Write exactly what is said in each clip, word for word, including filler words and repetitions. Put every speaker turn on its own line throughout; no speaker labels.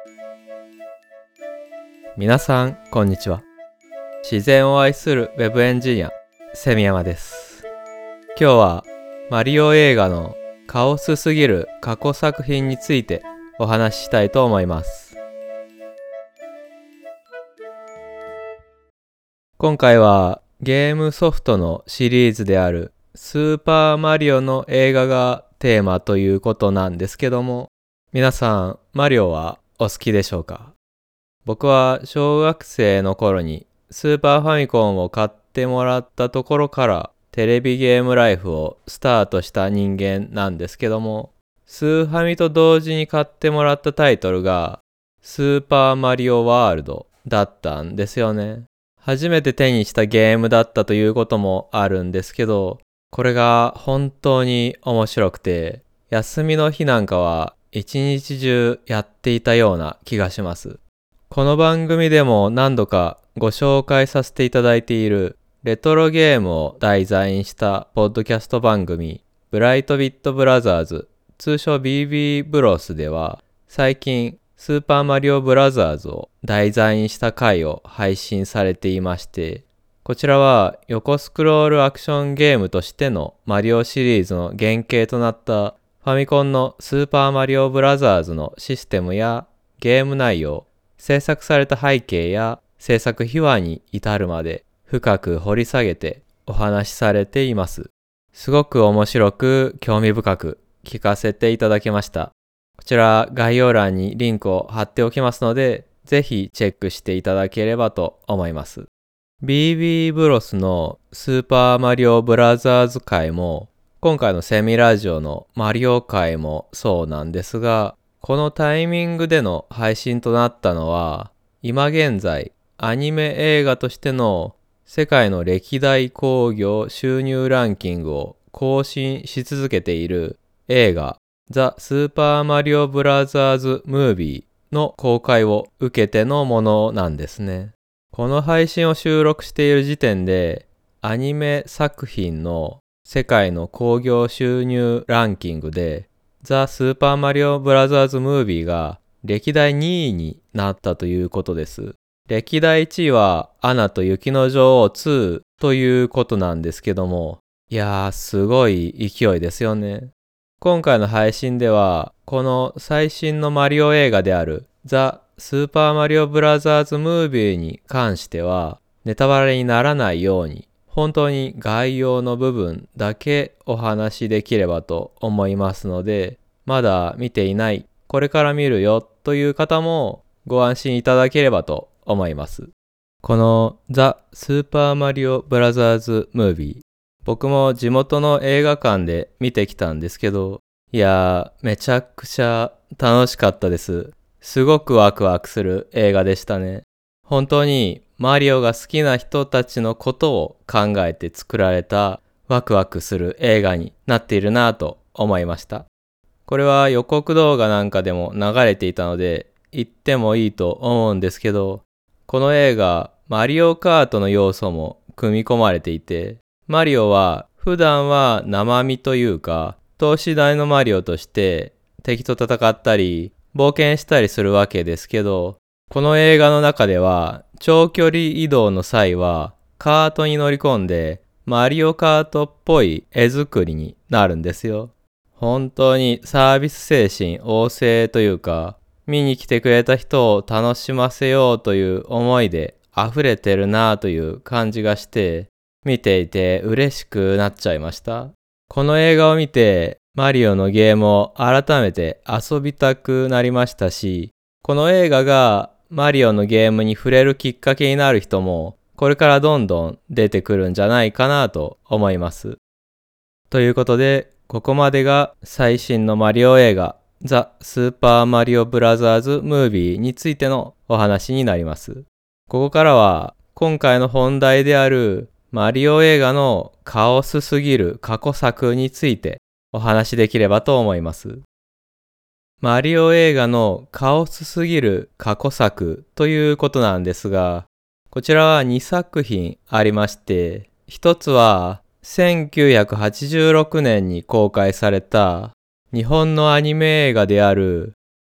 皆さんこんにちは。自然を愛するウェブエンジニアセミヤマです。今日はマリオ映画のカオスすぎる過去作品についてお話ししたいと思います。今回はゲームソフトのシリーズであるスーパーマリオの映画がテーマということなんですけども、皆さんマリオはお好きでしょうか？僕は小学生の頃にスーパーファミコンを買ってもらったところからテレビゲームライフをスタートした人間なんですけども、スーファミと同時に買ってもらったタイトルがスーパーマリオワールドだったんですよね。初めて手にしたゲームだったということもあるんですけど、これが本当に面白くて、休みの日なんかは一日中やっていたような気がします。この番組でも何度かご紹介させていただいているレトロゲームを題材にしたポッドキャスト番組ブライトビットブラザーズ、通称 ビービー ブロスでは最近スーパーマリオブラザーズを題材にした回を配信されていまして、こちらは横スクロールアクションゲームとしてのマリオシリーズの原型となったファミコンのスーパーマリオブラザーズのシステムやゲーム内容、制作された背景や制作秘話に至るまで深く掘り下げてお話しされています。すごく面白く興味深く聞かせていただきました。こちら概要欄にリンクを貼っておきますので、ぜひチェックしていただければと思います。ビービー ブロスのスーパーマリオブラザーズ回も、今回のセミラジオのマリオ回もそうなんですが、このタイミングでの配信となったのは、今現在アニメ映画としての世界の歴代興行収入ランキングを更新し続けている映画ザ・スーパーマリオブラザーズ・ムービーの公開を受けてのものなんですね。この配信を収録している時点でアニメ作品の世界の興行収入ランキングでザ・スーパーマリオブラザーズ・ムービーが歴代にいになったということです。歴代いちいはアナと雪の女王ツーということなんですけども、いやーすごい勢いですよね。今回の配信ではこの最新のマリオ映画であるザ・スーパーマリオブラザーズ・ムービーに関してはネタバレにならないように本当に概要の部分だけお話しできればと思いますので、まだ見ていない、これから見るよという方もご安心いただければと思います。このザ・スーパーマリオブラザーズ・ムービー、僕も地元の映画館で見てきたんですけど、いやーめちゃくちゃ楽しかったです。すごくワクワクする映画でしたね。本当にマリオが好きな人たちのことを考えて作られたワクワクする映画になっているなぁと思いました。これは予告動画なんかでも流れていたので言ってもいいと思うんですけど、この映画マリオカートの要素も組み込まれていて、マリオは普段は生身というか投資台のマリオとして敵と戦ったり冒険したりするわけですけど、この映画の中では長距離移動の際はカートに乗り込んでマリオカートっぽい絵作りになるんですよ。本当にサービス精神旺盛というか、見に来てくれた人を楽しませようという思いで溢れてるなぁという感じがして、見ていて嬉しくなっちゃいました。この映画を見てマリオのゲームを改めて遊びたくなりましたし、この映画がマリオのゲームに触れるきっかけになる人もこれからどんどん出てくるんじゃないかなと思います。ということで、ここまでが最新のマリオ映画ザ・スーパーマリオブラザーズ・ムービーについてのお話になります。ここからは今回の本題であるマリオ映画のカオスすぎる過去作についてお話しできればと思います。マリオ映画のカオスすぎる過去作ということなんですが、こちらはにさく品ありまして、一つはせんきゅうひゃくはちじゅうろくねんに公開された日本のアニメ映画である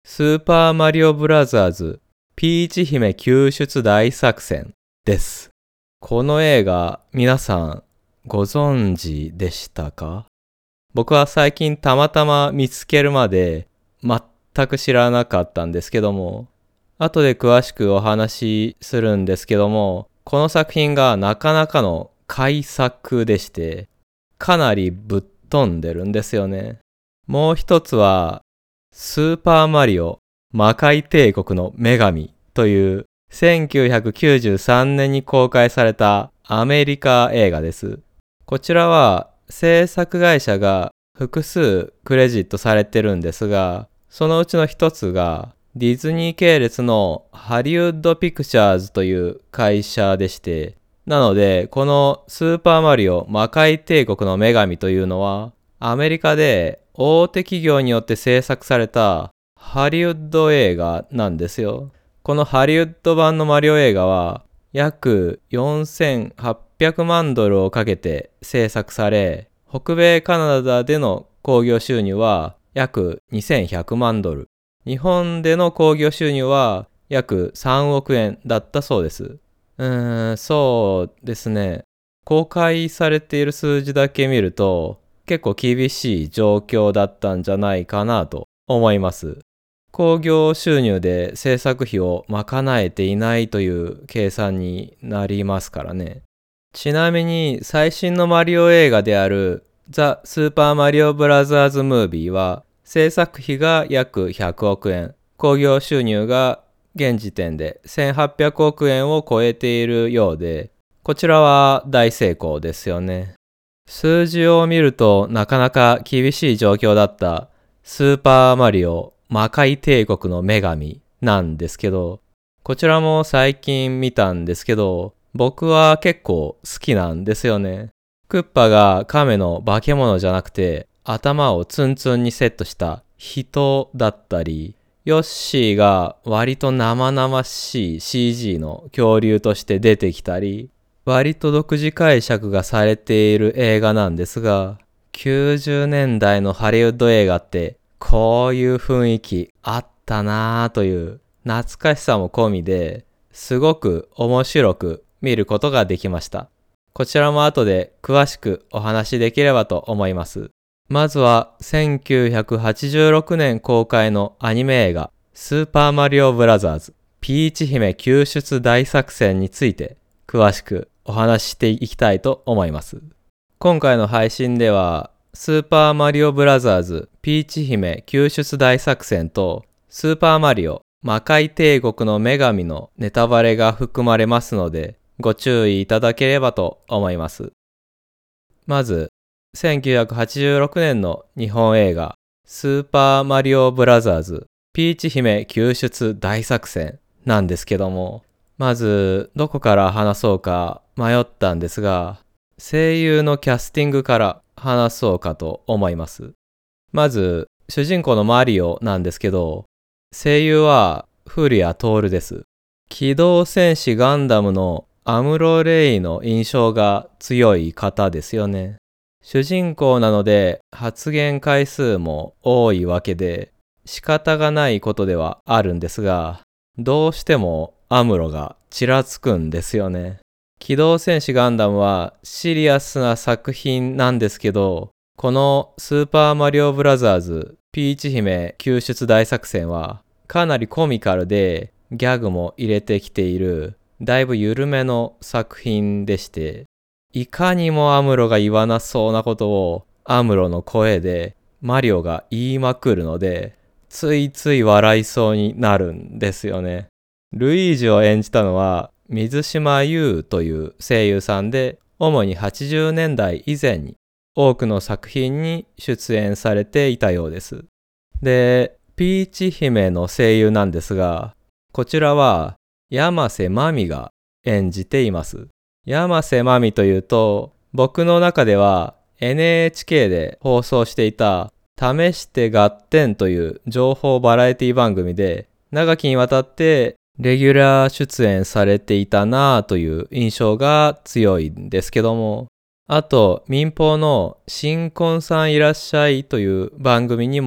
スーパーマリオブラザーズピーチ姫救出大作戦です。この映画皆さんご存知でしたか？僕は最近たまたま見つけるまで全く知らなかったんですけども、後で詳しくお話しするんですけども、この作品がなかなかの改作でして、かなりぶっ飛んでるんですよね。もう一つは、スーパーマリオ魔界帝国の女神というせんきゅうひゃくきゅうじゅうさんねんに公開されたアメリカ映画です。こちらは制作会社が複数クレジットされてるんですが、そのうちの一つがディズニー系列のハリウッドピクチャーズという会社でして、なのでこのスーパーマリオ魔界帝国の女神というのはアメリカで大手企業によって制作されたハリウッド映画なんですよ。このハリウッド版のマリオ映画は約よんせんはっぴゃくまんドルをかけて制作され、北米カナダでの興行収入は約にせんひゃくまんドル。日本での興行収入は約さんおくえんだったそうです。うーん、そうですね。公開されている数字だけ見ると結構厳しい状況だったんじゃないかなと思います。興行収入で制作費を賄えていないという計算になりますからね。ちなみに最新のマリオ映画であるザ・スーパーマリオブラザーズ・ムービーは制作費が約ひゃくおくえん、興行収入が現時点でせんはっぴゃくおくえんを超えているようで、こちらは大成功ですよね。数字を見るとなかなか厳しい状況だったスーパーマリオ魔界帝国の女神なんですけど、こちらも最近見たんですけど、僕は結構好きなんですよね。クッパが亀の化け物じゃなくて頭をツンツンにセットした人だったり、ヨッシーが割と生々しい シージー の恐竜として出てきたり、割と独自解釈がされている映画なんですが、きゅうじゅうねんだいのハリウッド映画ってこういう雰囲気あったなぁという懐かしさも込みですごく面白く見ることができました。こちらも後で詳しくお話しできればと思います。まずはせんきゅうひゃくはちじゅうろくねん公開のアニメ映画スーパーマリオブラザーズピーチ姫救出大作戦について詳しくお話ししていきたいと思います。今回の配信ではスーパーマリオブラザーズピーチ姫救出大作戦とスーパーマリオ魔界帝国の女神のネタバレが含まれますのでご注意いただければと思います。まずせんきゅうひゃくはちじゅうろくねんの日本映画スーパーマリオブラザーズピーチ姫救出大作戦なんですけども、まずどこから話そうか迷ったんですが、声優のキャスティングから話そうかと思います。まず主人公のマリオなんですけど、声優は古谷徹です。機動戦士ガンダムのアムロレイの印象が強い方ですよね。主人公なので発言回数も多いわけで仕方がないことではあるんですが、どうしてもアムロがちらつくんですよね。機動戦士ガンダムはシリアスな作品なんですけど、このスーパーマリオブラザーズピーチ姫救出大作戦はかなりコミカルでギャグも入れてきているだいぶ緩めの作品でして、いかにもアムロが言わなそうなことをアムロの声でマリオが言いまくるので、ついつい笑いそうになるんですよね。ルイージを演じたのは水島優という声優さんで、主にはちじゅうねんだい以前に多くの作品に出演されていたようです。で、ピーチ姫の声優なんですが、こちらは山瀬まみが演じています。山瀬まみというと、僕の中では エヌエイチケー で放送していた試してガッテンという情報バラエティ番組で長きにわたってレギュラー出演されていたなぁという印象が強いんですけども、あと民放の新婚さんいらっしゃいという番組にも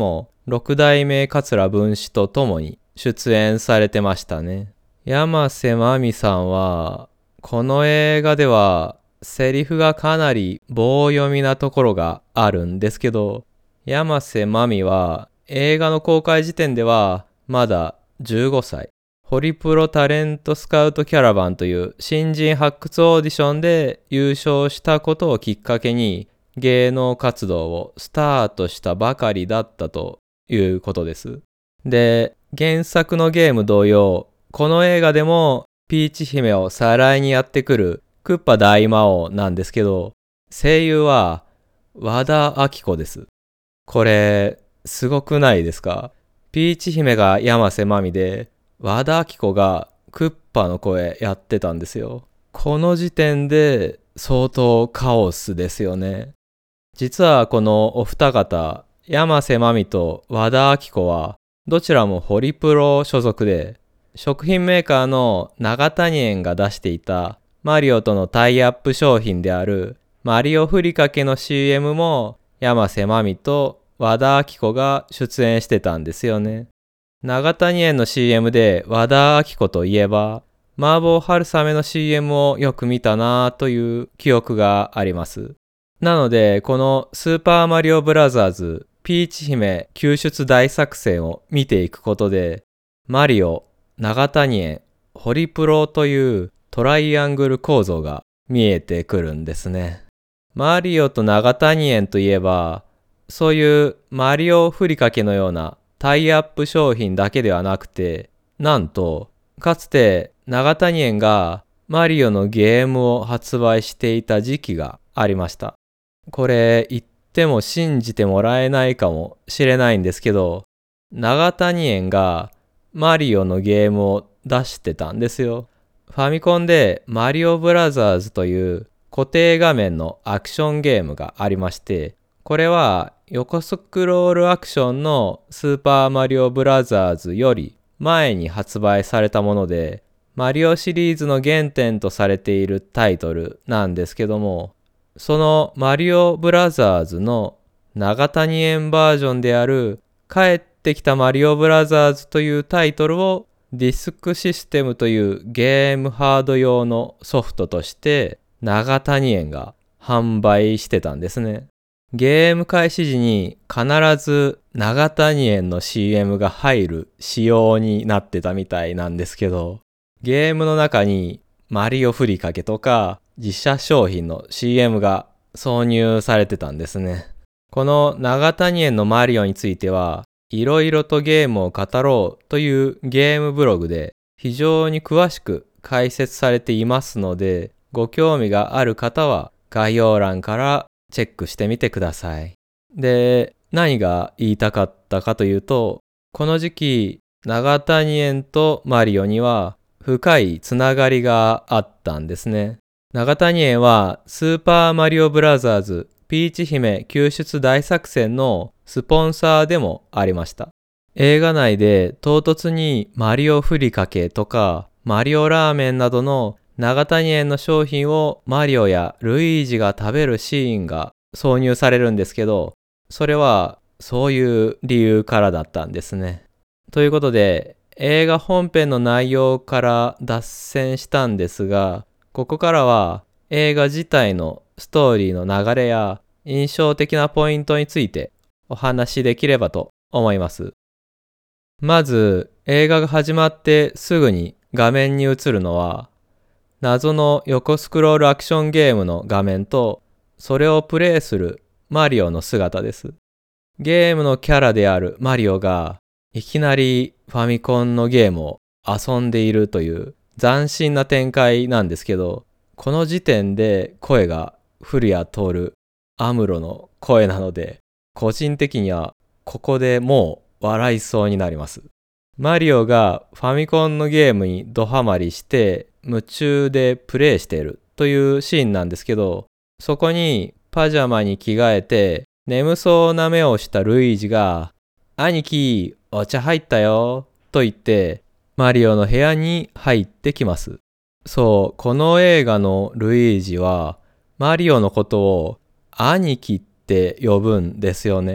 六代目桂文枝と共に出演されてましたね。山瀬まみさんは、この映画ではセリフがかなり棒読みなところがあるんですけど、山瀬まみは映画の公開時点ではまだじゅうごさい。ホリプロタレントスカウトキャラバンという新人発掘オーディションで優勝したことをきっかけに芸能活動をスタートしたばかりだったということです。で、原作のゲーム同様、この映画でもピーチ姫をさらいにやってくるクッパ大魔王なんですけど、声優は和田アキ子です。これ、すごくないですか？ピーチ姫が山瀬まみで、和田アキ子がクッパの声やってたんですよ。この時点で相当カオスですよね。実はこのお二方、山瀬まみと和田アキ子は、どちらもホリプロ所属で、食品メーカーの永谷園が出していたマリオとのタイアップ商品であるマリオふりかけの シーエム も山瀬まみと和田アキ子が出演してたんですよね。永谷園の シーエム で和田アキ子といえば、麻婆春雨の シーエム をよく見たなぁという記憶があります。なので、このスーパーマリオブラザーズピーチ姫救出大作戦を見ていくことで、マリオ、永谷園、ホリプロというトライアングル構造が見えてくるんですね。マリオと永谷園といえば、そういうマリオふりかけのようなタイアップ商品だけではなくて、なんと、かつて永谷園がマリオのゲームを発売していた時期がありました。これ言っても信じてもらえないかもしれないんですけど、永谷園がマリオのゲームを出してたんですよ。ファミコンでマリオブラザーズという固定画面のアクションゲームがありまして、これは横スクロールアクションのスーパーマリオブラザーズより前に発売されたもので、マリオシリーズの原点とされているタイトルなんですけども、そのマリオブラザーズの永谷園バージョンである帰ってきたマリオブラザーズというタイトルをディスクシステムというゲームハード用のソフトとして永谷園が販売してたんですね。ゲーム開始時に必ず永谷園の シーエム が入る仕様になってたみたいなんですけど、ゲームの中にマリオふりかけとか自社商品の シーエム が挿入されてたんですね。この永谷園のマリオについてはいろいろとゲームを語ろうというゲームブログで非常に詳しく解説されていますので、ご興味がある方は概要欄からチェックしてみてください。で、何が言いたかったかというと、この時期永谷園とマリオには深いつながりがあったんですね。永谷園はスーパーマリオブラザーズピーチ姫救出大作戦のスポンサーでもありました。映画内で唐突にマリオふりかけとかマリオラーメンなどの永谷園の商品をマリオやルイージが食べるシーンが挿入されるんですけど、それはそういう理由からだったんですね。ということで、映画本編の内容から脱線したんですが、ここからは映画自体のストーリーの流れや印象的なポイントについてお話しできればと思います。まず映画が始まってすぐに画面に映るのは謎の横スクロールアクションゲームの画面とそれをプレイするマリオの姿です。ゲームのキャラであるマリオがいきなりファミコンのゲームを遊んでいるという斬新な展開なんですけど、この時点で声が古谷徹、アムロの声なので、個人的にはここでもう笑いそうになります。マリオがファミコンのゲームにドハマりして夢中でプレイしているというシーンなんですけど、そこにパジャマに着替えて眠そうな目をしたルイージが兄貴お茶入ったよと言ってマリオの部屋に入ってきます。そう、この映画のルイージはマリオのことを兄貴って呼ぶんですよね。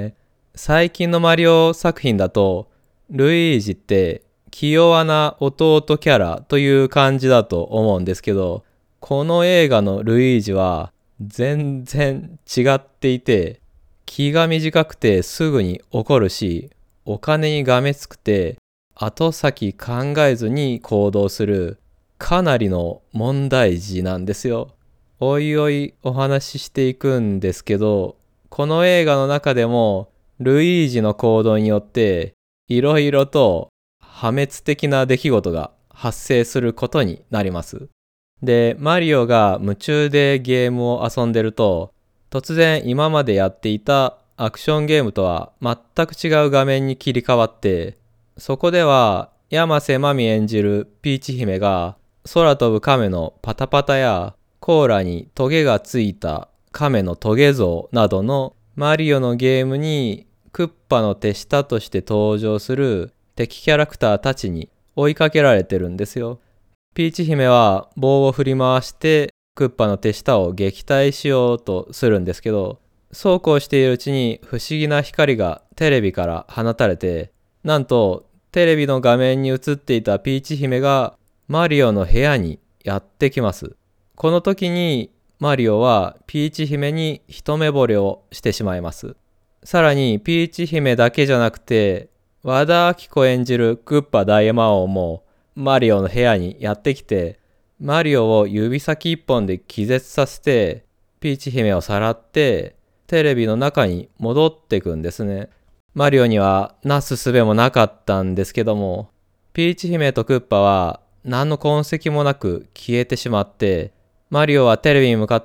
最近のマリオ作品だと、ルイージって気弱な弟キャラという感じだと思うんですけど、この映画のルイージは全然違っていて、気が短くてすぐに怒るし、お金にがめつくて後先考えずに行動するかなりの問題児なんですよ。おいおいお話ししていくんですけど、この映画の中でもルイージの行動によっていろいろと破滅的な出来事が発生することになります。で、マリオが夢中でゲームを遊んでると、突然今までやっていたアクションゲームとは全く違う画面に切り替わって、そこでは山瀬まみ演じるピーチ姫が空飛ぶ亀のパタパタや甲羅にトゲがついた亀のトゲ像などのマリオのゲームにクッパの手下として登場する敵キャラクターたちに追いかけられてるんですよ。ピーチ姫は棒を振り回してクッパの手下を撃退しようとするんですけど、そうこうしているうちに不思議な光がテレビから放たれて、なんとテレビの画面に映っていたピーチ姫がマリオの部屋にやってきます。この時にマリオはピーチ姫に一目惚れをしてしまいます。さらにピーチ姫だけじゃなくて、和田アキ子演じるクッパ大魔王もマリオの部屋にやってきて、マリオを指先一本で気絶させて、ピーチ姫をさらってテレビの中に戻ってくんですね。マリオにはなすすべもなかったんですけども、ピーチ姫とクッパは何の痕跡もなく消えてしまって、マリオはテレビに向かって、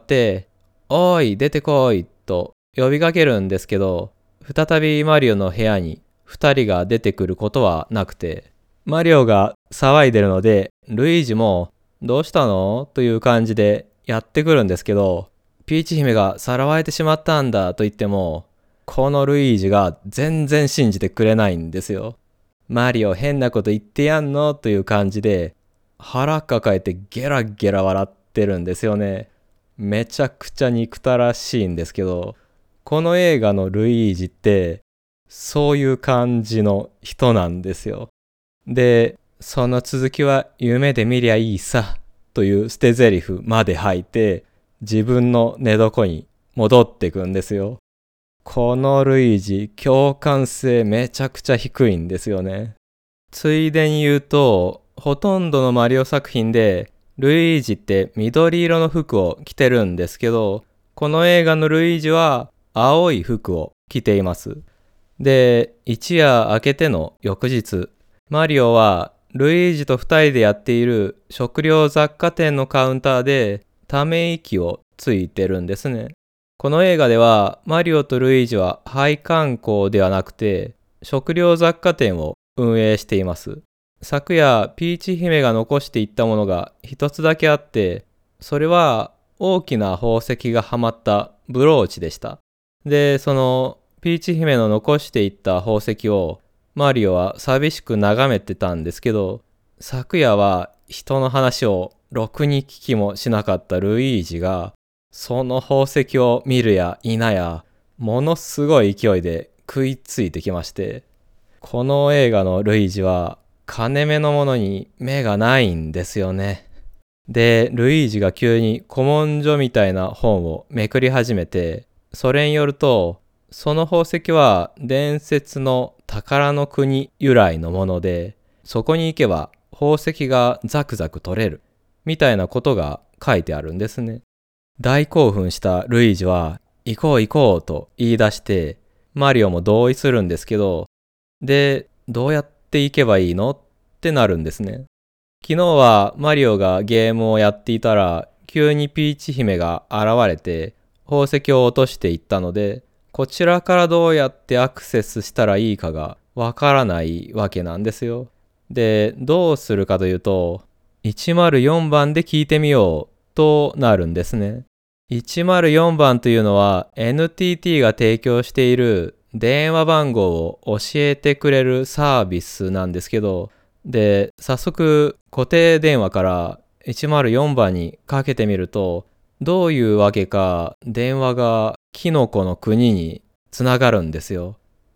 おーい出てこいと呼びかけるんですけど、再びマリオの部屋に二人が出てくることはなくて、マリオが騒いでるので、ルイージもどうしたのという感じでやってくるんですけど、ピーチ姫がさらわれてしまったんだと言っても、このルイージが全然信じてくれないんですよ。マリオ変なこと言ってやんのという感じで腹抱えてゲラゲラ笑ってるんですよね。めちゃくちゃ憎たらしいんですけど、この映画のルイージってそういう感じの人なんですよ。で、その続きは夢で見りゃいいさという捨て台詞まで吐いて自分の寝床に戻ってくんですよ。このルイージ共感性めちゃくちゃ低いんですよね。ついでに言うと、ほとんどのマリオ作品でルイージって緑色の服を着てるんですけど、この映画のルイージは青い服を着ています。で、一夜明けての翌日、マリオはルイージと二人でやっている食料雑貨店のカウンターでため息をついてるんですね。この映画ではマリオとルイージは配管工ではなくて食料雑貨店を運営しています。昨夜ピーチ姫が残していったものが一つだけあって、それは大きな宝石がはまったブローチでした。で、そのピーチ姫の残していった宝石をマリオは寂しく眺めてたんですけど、昨夜は人の話をろくに聞きもしなかったルイージがその宝石を見るや否やものすごい勢いで食いついてきまして、この映画のルイージは金目のものに目がないんですよね。で、ルイージが急に古文書みたいな本をめくり始めて、それによるとその宝石は伝説の宝の国由来のもので、そこに行けば宝石がザクザク取れるみたいなことが書いてあるんですね。大興奮したルイージは行こう行こうと言い出してマリオも同意するんですけど、で、どうやって行けばいいのってなるんですね。昨日はマリオがゲームをやっていたら急にピーチ姫が現れて宝石を落としていったので、こちらからどうやってアクセスしたらいいかがわからないわけなんですよ。で、どうするかというといちまるよんばんで聞いてみようとなるんですね。いちまるよんばんというのは エヌティーティー が提供している電話番号を教えてくれるサービスなんですけど、で、早速固定電話からいちまるよんばんにかけてみると、どういうわけか電話がキノコの国につながるんですよ。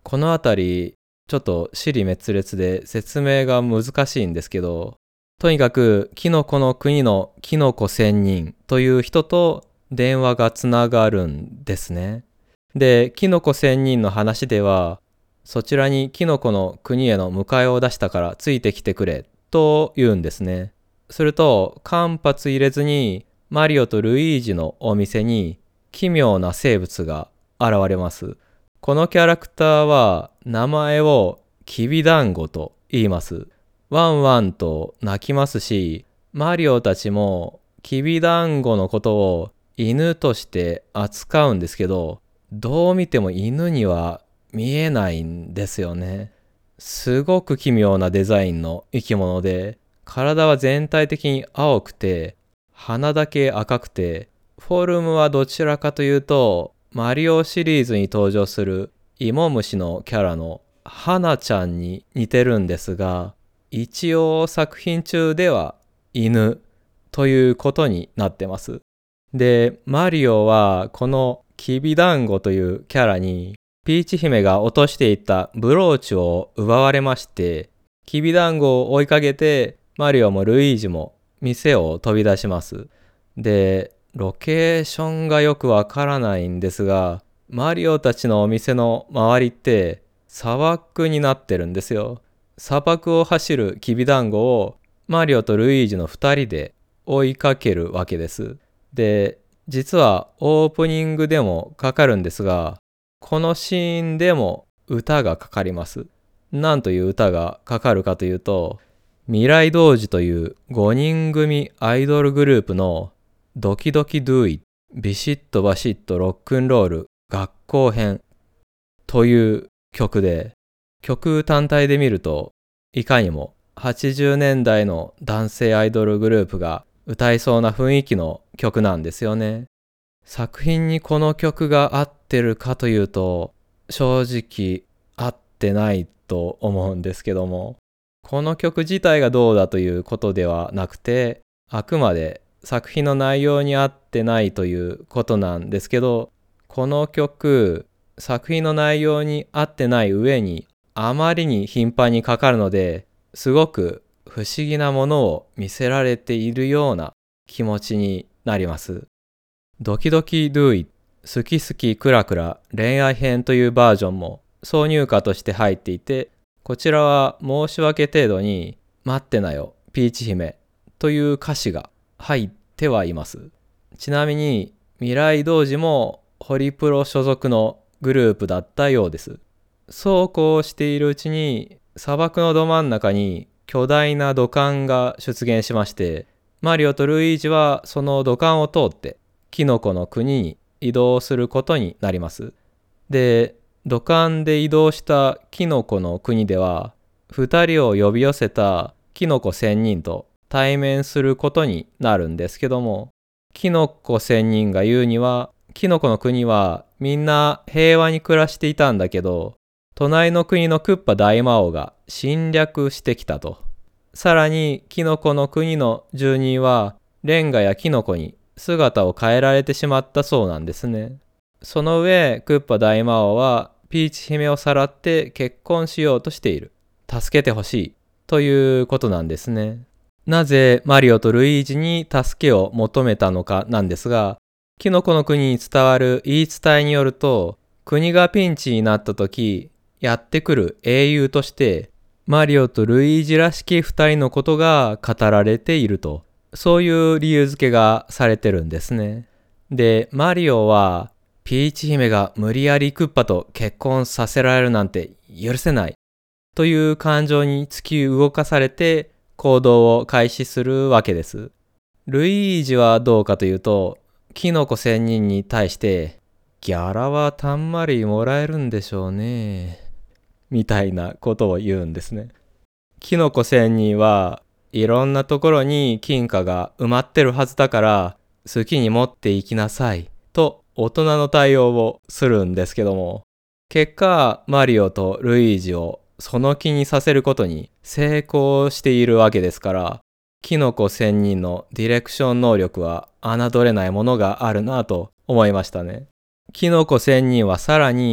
このあたり、ちょっと支離滅裂で説明が難しいんですけど、とにかくキノコの国のキノコ仙人という人と電話がつながるんですね。で、キノコ仙人の話では、そちらにキノコの国への迎えを出したからついてきてくれと言うんですね。すると間髪入れずにマリオとルイージのお店に奇妙な生物が現れます。このキャラクターは名前をきびだんごと言います。ワンワンと鳴きますし、マリオたちもきびだんごのことを犬として扱うんですけど、どう見ても犬には見えないんですよね。すごく奇妙なデザインの生き物で、体は全体的に青くて、鼻だけ赤くて、フォルムはどちらかというと、マリオシリーズに登場するイモムシのキャラの花ちゃんに似てるんですが、一応作品中では犬ということになってます。で、マリオはこのきびだんごというキャラにピーチ姫が落としていったブローチを奪われまして、きびだんごを追いかけてマリオもルイージも店を飛び出します。で、ロケーションがよくわからないんですが、マリオたちのお店の周りって砂漠になってるんですよ。砂漠を走るきびだんごをマリオとルイージのふたりで追いかけるわけです。で、実はオープニングでもかかるんですが、このシーンでも歌がかかります。なんという歌がかかるかというと、未来童子というごにん組アイドルグループのドキドキドゥイビシッとバシッとロックンロール学校編という曲で、曲単体で見るといかにもはちじゅうねんだいの男性アイドルグループが歌いそうな雰囲気の曲なんですよね。作品にこの曲が合ってるかというと正直合ってないと思うんですけども、この曲自体がどうだということではなくて、あくまで作品の内容に合ってないということなんですけど、この曲作品の内容に合ってない上にあまりに頻繁にかかるので、すごく不思議なものを見せられているような気持ちになります。ドキドキドゥイ好き好きクラクラ恋愛編というバージョンも挿入歌として入っていて、こちらは申し訳程度に待ってなよピーチ姫という歌詞が入ってはいます。ちなみに未来童子もホリプロ所属のグループだったようです。そうこうしているうちに砂漠のど真ん中に巨大な土管が出現しまして、マリオとルイージはその土管を通ってキノコの国に移動することになります。で、土管で移動したキノコの国では、ふたりを呼び寄せたキノコ仙人と対面することになるんですけども、キノコ仙人が言うには、キノコの国はみんな平和に暮らしていたんだけど、隣の国のクッパ大魔王が侵略してきたと。さらにキノコの国の住人はレンガやキノコに姿を変えられてしまったそうなんですね。その上、クッパ大魔王はピーチ姫をさらって結婚しようとしている。助けてほしいということなんですね。なぜマリオとルイージに助けを求めたのかなんですが、キノコの国に伝わる言い伝えによると、国がピンチになった時、やってくる英雄としてマリオとルイージらしき二人のことが語られていると、そういう理由付けがされてるんですね。で、マリオはピーチ姫が無理やりクッパと結婚させられるなんて許せないという感情に突き動かされて行動を開始するわけです。ルイージはどうかというと、キノコ仙人に対してギャラはたんまりもらえるんでしょうねみたいなことを言うんですね。キノコ仙人はいろんなところに金貨が埋まってるはずだから好きに持っていきなさいと大人の対応をするんですけども、結果マリオとルイージをその気にさせることに成功しているわけですから、キノコ仙人のディレクション能力は侮れないものがあるなと思いましたね。キノコ仙人はさらに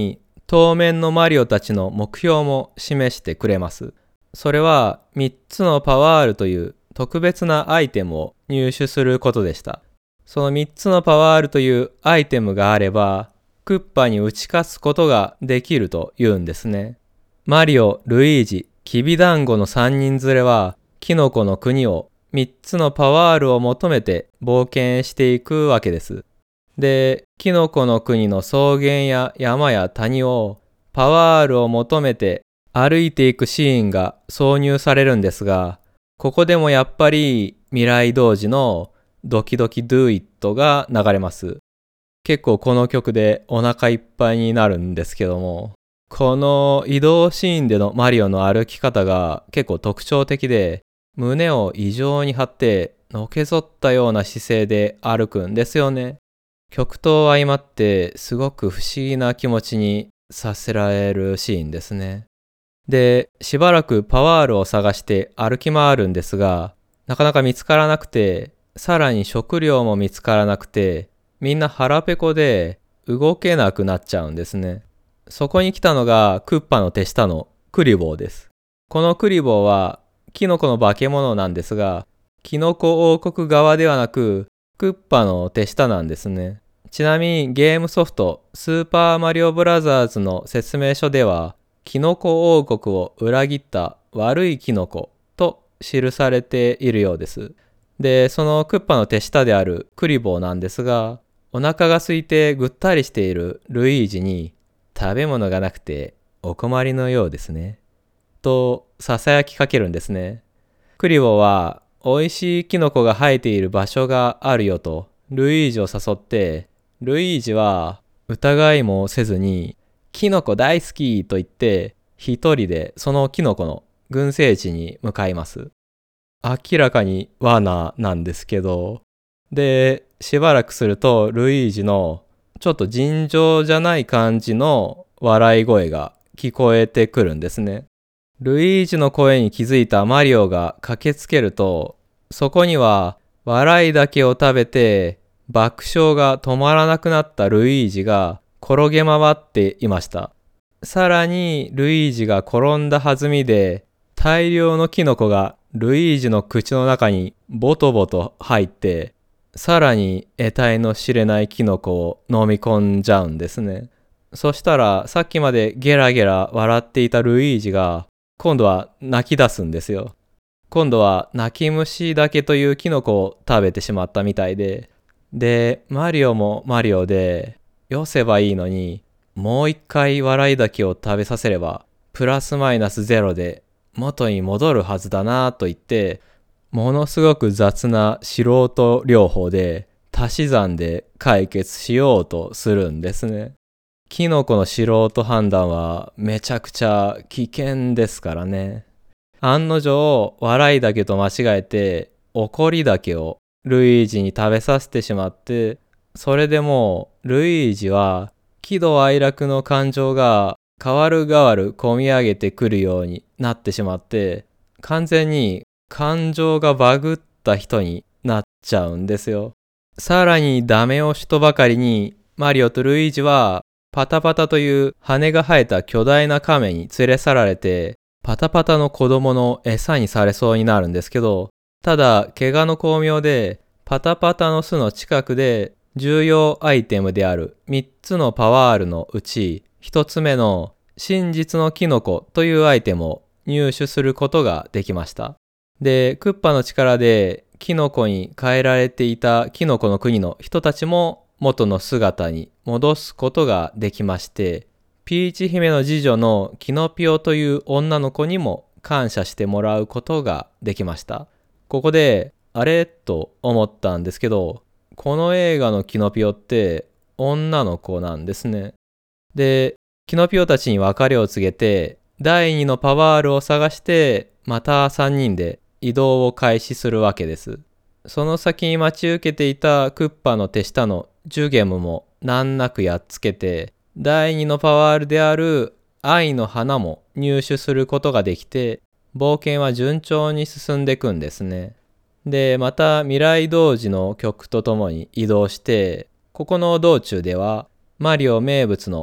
当面のマリオたちの目標も示してくれます。それはみっつのパワールという特別なアイテムを入手することでした。そのみっつのパワールというアイテムがあれば、クッパに打ち勝つことができるというんですね。マリオ、ルイージ、きびだんごのさんにん連れは、キノコの国をみっつのパワールを求めて冒険していくわけです。で、キノコの国の草原や山や谷をパワールを求めて歩いていくシーンが挿入されるんですが、ここでもやっぱり未来童子のドキドキドゥイットが流れます。結構この曲でお腹いっぱいになるんですけども、この移動シーンでのマリオの歩き方が結構特徴的で、胸を異常に張ってのけぞったような姿勢で歩くんですよね。曲と相まってすごく不思議な気持ちにさせられるシーンですね。で、しばらくパワールを探して歩き回るんですが、なかなか見つからなくて、さらに食料も見つからなくて、みんな腹ペコで動けなくなっちゃうんですね。そこに来たのがクッパの手下のクリボーです。このクリボーはキノコの化け物なんですが、キノコ王国側ではなくクッパの手下なんですね。ちなみにゲームソフトスーパーマリオブラザーズの説明書では、キノコ王国を裏切った悪いキノコと記されているようです。で、そのクッパの手下であるクリボーなんですが、お腹が空いてぐったりしているルイージに、食べ物がなくてお困りのようですね。と囁きかけるんですね。クリボーは美味しいキノコが生えている場所があるよとルイージを誘って、ルイージは疑いもせずにキノコ大好きと言って一人でそのキノコの群生地に向かいます。明らかに罠なんですけど、で、しばらくするとルイージのちょっと尋常じゃない感じの笑い声が聞こえてくるんですね。ルイージの声に気づいたマリオが駆けつけると、そこには笑いだけを食べて爆笑が止まらなくなったルイージが転げ回っていました。さらにルイージが転んだ弾みで大量のキノコがルイージの口の中にボトボト入って、さらに得体の知れないキノコを飲み込んじゃうんですね。そしたらさっきまでゲラゲラ笑っていたルイージが今度は泣き出すんですよ。今度は泣き虫だけというキノコを食べてしまったみたいで、で、マリオもマリオでよせばいいのに、もう一回笑いだけを食べさせればプラスマイナスゼロで元に戻るはずだなと言って、ものすごく雑な素人療法で足し算で解決しようとするんですね。キノコの素人判断はめちゃくちゃ危険ですからね。案の定笑いだけと間違えて怒りだけをルイージに食べさせてしまって、それでもうルイージは喜怒哀楽の感情が変わる変わる込み上げてくるようになってしまって、完全に感情がバグった人になっちゃうんですよ。さらにダメ押しとばかりにマリオとルイージはパタパタという羽が生えた巨大な亀に連れ去られて、パタパタの子供の餌にされそうになるんですけど、ただ怪我の巧妙でパタパタの巣の近くで重要アイテムであるみっつのパワールのうちひとつめの真実のキノコというアイテムを入手することができました。で、クッパの力でキノコに変えられていたキノコの国の人たちも元の姿に戻すことができまして、ピーチ姫の次女のキノピオという女の子にも感謝してもらうことができました。ここであれと思ったんですけど、この映画のキノピオって女の子なんですね。で、キノピオたちに別れを告げてだいにのパワールを探してまたさんにんで移動を開始するわけです。その先に待ち受けていたクッパの手下のジュゲムも難なくやっつけて、だいにのパワールである愛の花も入手することができて、冒険は順調に進んでいくんですね。で、また未来童子の曲とともに移動して、ここの道中ではマリオ名物の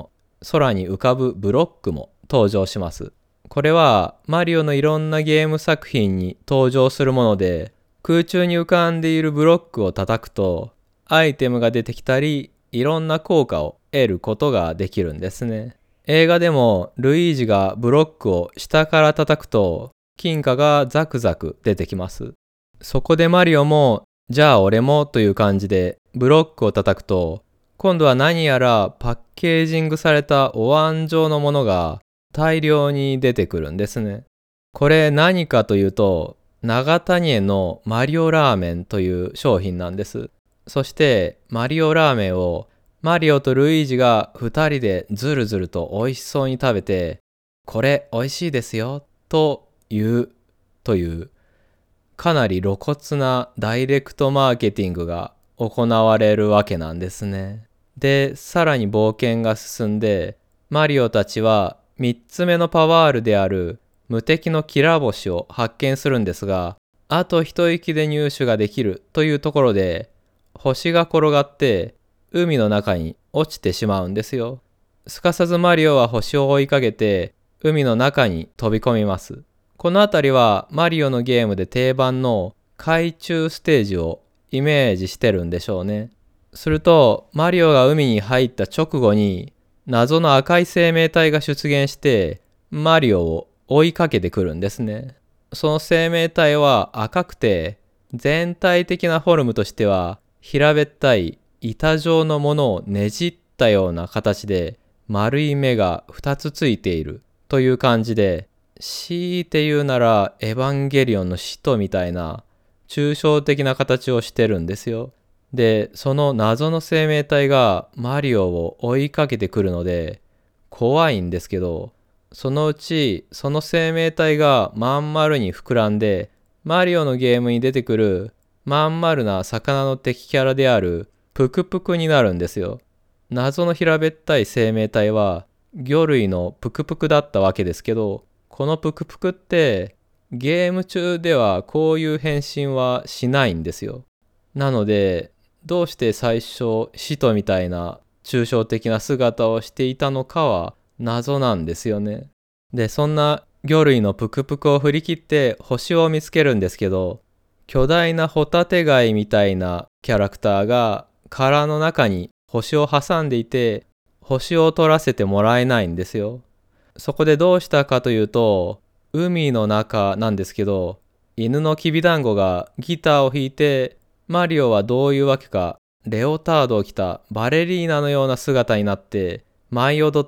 空に浮かぶブロックも登場します。これはマリオのいろんなゲーム作品に登場するもので、空中に浮かんでいるブロックを叩くとアイテムが出てきたり、いろんな効果を得ることができるんですね。映画でもルイージがブロックを下から叩くと金貨がザクザク出てきます。そこでマリオもじゃあ俺もという感じでブロックを叩くと、今度は何やらパッケージングされたお椀状のものが大量に出てくるんですね。これ何かというと、長谷園のマリオラーメンという商品なんです。そしてマリオラーメンをマリオとルイージがふたりでずるずると美味しそうに食べて、これ美味しいですよと言うというかなり露骨なダイレクトマーケティングが行われるわけなんですね。で、さらに冒険が進んで、マリオたちはみっつめのパワールである無敵のキラ星を発見するんですが、あと一息で入手ができるというところで、星が転がって海の中に落ちてしまうんですよ。すかさずマリオは星を追いかけて海の中に飛び込みます。このあたりはマリオのゲームで定番の海中ステージをイメージしてるんでしょうね。するとマリオが海に入った直後に謎の赤い生命体が出現してマリオを追いかけてくるんですね。その生命体は赤くて全体的なフォルムとしては平べったい板状のものをねじったような形で丸い目がふたつついているという感じで、強いて言うならエヴァンゲリオンの使徒みたいな抽象的な形をしてるんですよ。で、その謎の生命体がマリオを追いかけてくるので怖いんですけど、そのうちその生命体がまん丸に膨らんで、マリオのゲームに出てくるまん丸な魚の敵キャラであるプクプクになるんですよ。謎の平べったい生命体は魚類のプクプクだったわけですけど、このプクプクってゲーム中ではこういう変身はしないんですよ。なのでどうして最初使徒みたいな抽象的な姿をしていたのかは謎なんですよね。で、そんな魚類のプクプクを振り切って星を見つけるんですけど、巨大なホタテ貝みたいなキャラクターが殻の中に星を挟んでいて、星を取らせてもらえないんですよ。そこでどうしたかというと、海の中なんですけど、犬のきびだんごがギターを弾いて、マリオはどういうわけかレオタードを着たバレリーナのような姿になって舞い踊って、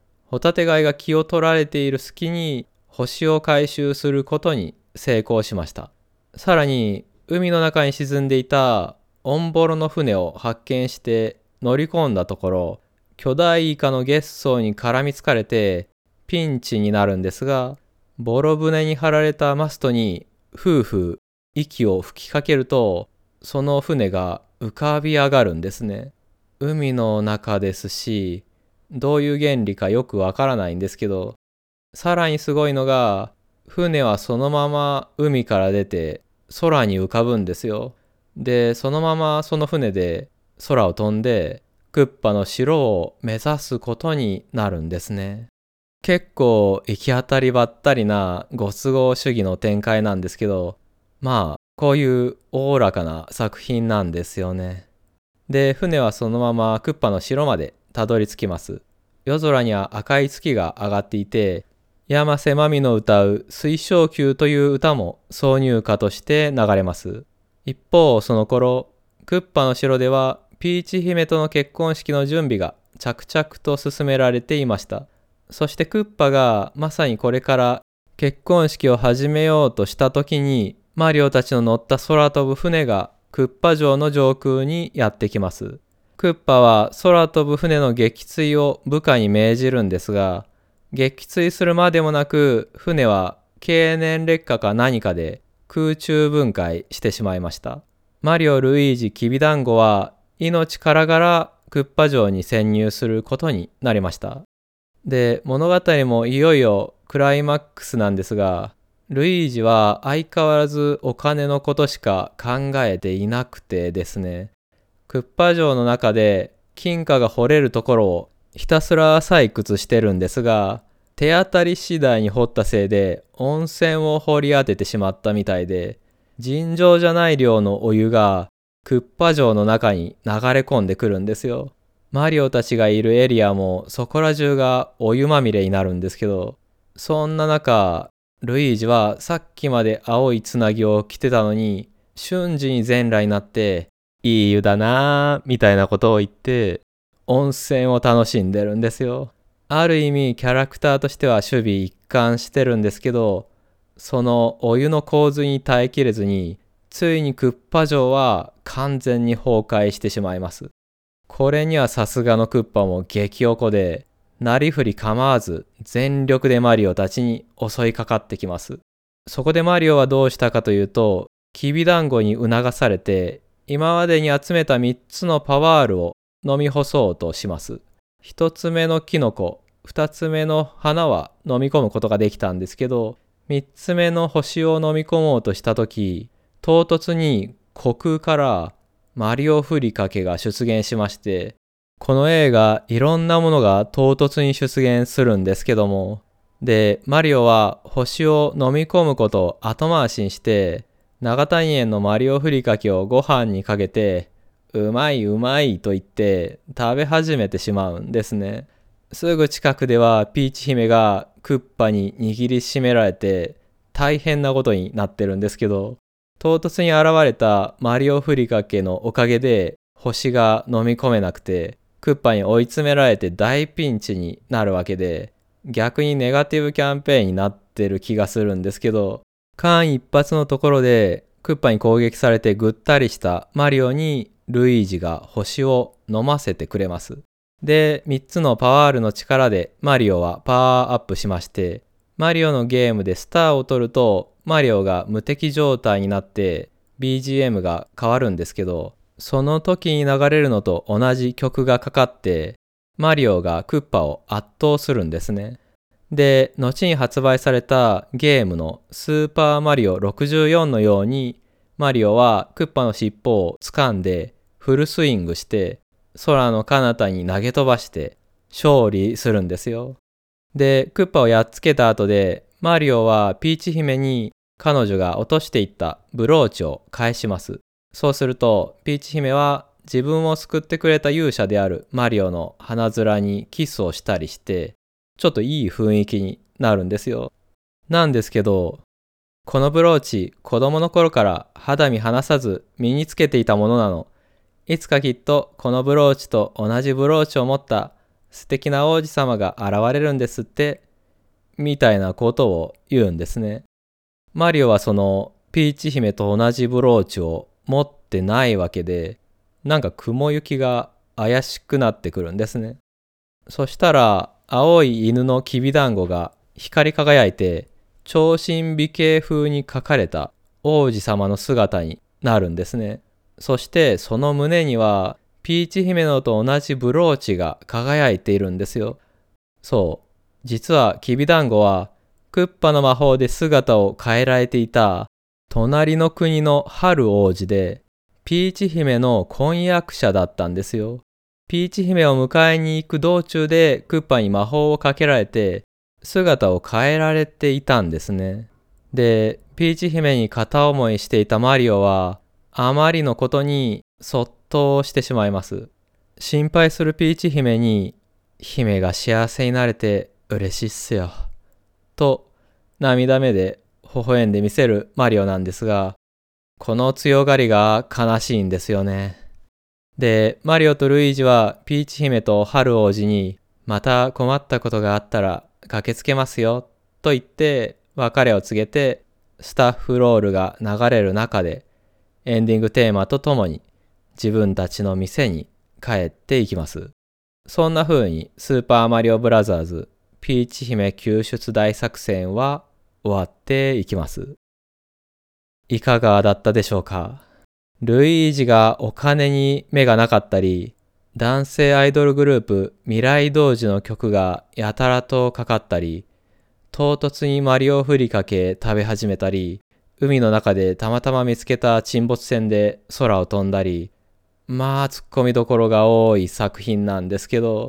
ホタテ貝が気を取られている隙に星を回収することに成功しました。さらに海の中に沈んでいたオンボロの船を発見して乗り込んだところ、巨大イカの月相に絡みつかれてピンチになるんですが、ボロ船に張られたマストにふうふう息を吹きかけると、その船が浮かび上がるんですね。海の中ですし、どういう原理かよくわからないんですけど、さらにすごいのが、船はそのまま海から出て空に浮かぶんですよ。で、そのままその船で空を飛んでクッパの城を目指すことになるんですね。結構行き当たりばったりなご都合主義の展開なんですけど、まあこういうおおらかな作品なんですよね。で、船はそのままクッパの城までたどり着きます。夜空には赤い月が上がっていて、山瀬まみの歌う水晶球という歌も挿入歌として流れます。一方その頃、クッパの城ではピーチ姫との結婚式の準備が着々と進められていました。そしてクッパがまさにこれから結婚式を始めようとした時に、マリオたちの乗った空飛ぶ船がクッパ城の上空にやってきます。クッパは空飛ぶ船の撃墜を部下に命じるんですが、撃墜するまでもなく船は経年劣化か何かで空中分解してしまいました。マリオ、ルイージ、きびだんごは命からがらクッパ城に潜入することになりました。で、物語もいよいよクライマックスなんですが、ルイージは相変わらずお金のことしか考えていなくてですね、クッパ城の中で金貨が掘れるところをひたすら採掘してるんですが、手当たり次第に掘ったせいで温泉を掘り当ててしまったみたいで、尋常じゃない量のお湯がクッパ城の中に流れ込んでくるんですよ。マリオたちがいるエリアもそこら中がお湯まみれになるんですけど、そんな中、ルイージはさっきまで青いつなぎを着てたのに、瞬時に全裸になって、いい湯だなーみたいなことを言って、温泉を楽しんでるんですよ。ある意味キャラクターとしては守備一貫してるんですけど、そのお湯の洪水に耐えきれずに、ついにクッパ城は完全に崩壊してしまいます。これにはさすがのクッパも激おこで、なりふり構わず全力でマリオたちに襲いかかってきます。そこでマリオはどうしたかというと、きびだんごに促されて、今までに集めたみっつのパワールを飲み干そうとします。ひとつめのキノコ、ふたつめの花は飲み込むことができたんですけど、みっつめの星を飲み込もうとしたとき、唐突に虚空からマリオふりかけが出現しまして、この映画いろんなものが唐突に出現するんですけども、で、マリオは星を飲み込むことを後回しにして、長谷園のマリオふりかけをご飯にかけて、うまいうまいと言って食べ始めてしまうんですね。すぐ近くではピーチ姫がクッパに握りしめられて大変なことになってるんですけど、唐突に現れたマリオふりかけのおかげで星が飲み込めなくて、クッパに追い詰められて大ピンチになるわけで、逆にネガティブキャンペーンになってる気がするんですけど、間一髪のところでクッパに攻撃されてぐったりしたマリオにルイージが星を飲ませてくれます。で、みっつのパワールの力でマリオはパワーアップしまして、マリオのゲームでスターを取るとマリオが無敵状態になって ビージーエム が変わるんですけど、その時に流れるのと同じ曲がかかってマリオがクッパを圧倒するんですね。で、後に発売されたゲームのスーパーマリオろくじゅうよんのように、マリオはクッパの尻尾を掴んでフルスイングして空の彼方に投げ飛ばして勝利するんですよ。で、クッパをやっつけた後でマリオはピーチ姫に彼女が落としていったブローチを返します。そうするとピーチ姫は自分を救ってくれた勇者であるマリオの鼻面にキスをしたりして、ちょっといい雰囲気になるんですよ。なんですけど、このブローチ、子供の頃から肌身離さず身につけていたものなの。いつかきっとこのブローチと同じブローチを持った素敵な王子様が現れるんですって、みたいなことを言うんですね。マリオはそのピーチ姫と同じブローチを持ってないわけで、なんか雲行きが怪しくなってくるんですね。そしたら青い犬のきびだんごが光り輝いて長身美形風に描かれた王子様の姿になるんですね。そしてその胸にはピーチ姫のと同じブローチが輝いているんですよ。そう、実はきびだんごはクッパの魔法で姿を変えられていた隣の国の春王子で、ピーチ姫の婚約者だったんですよ。ピーチ姫を迎えに行く道中でクッパに魔法をかけられて姿を変えられていたんですね。で、ピーチ姫に片思いしていたマリオはあまりのことに卒倒してしまいます。心配するピーチ姫に、姫が幸せになれて嬉しいっすよと涙目で微笑んでみせるマリオなんですが、この強がりが悲しいんですよね。で、マリオとルイージはピーチ姫と春王子に、また困ったことがあったら駆けつけますよと言って別れを告げて、スタッフロールが流れる中でエンディングテーマとともに自分たちの店に帰っていきます。そんな風にスーパーマリオブラザーズピーチ姫救出大作戦は終わっていきます。いかがだったでしょうか。ルイージがお金に目がなかったり、男性アイドルグループ未来童子の曲がやたらとかかったり、唐突にマリオふりかけ食べ始めたり、海の中でたまたま見つけた沈没船で空を飛んだり、まあツッコミどころが多い作品なんですけど、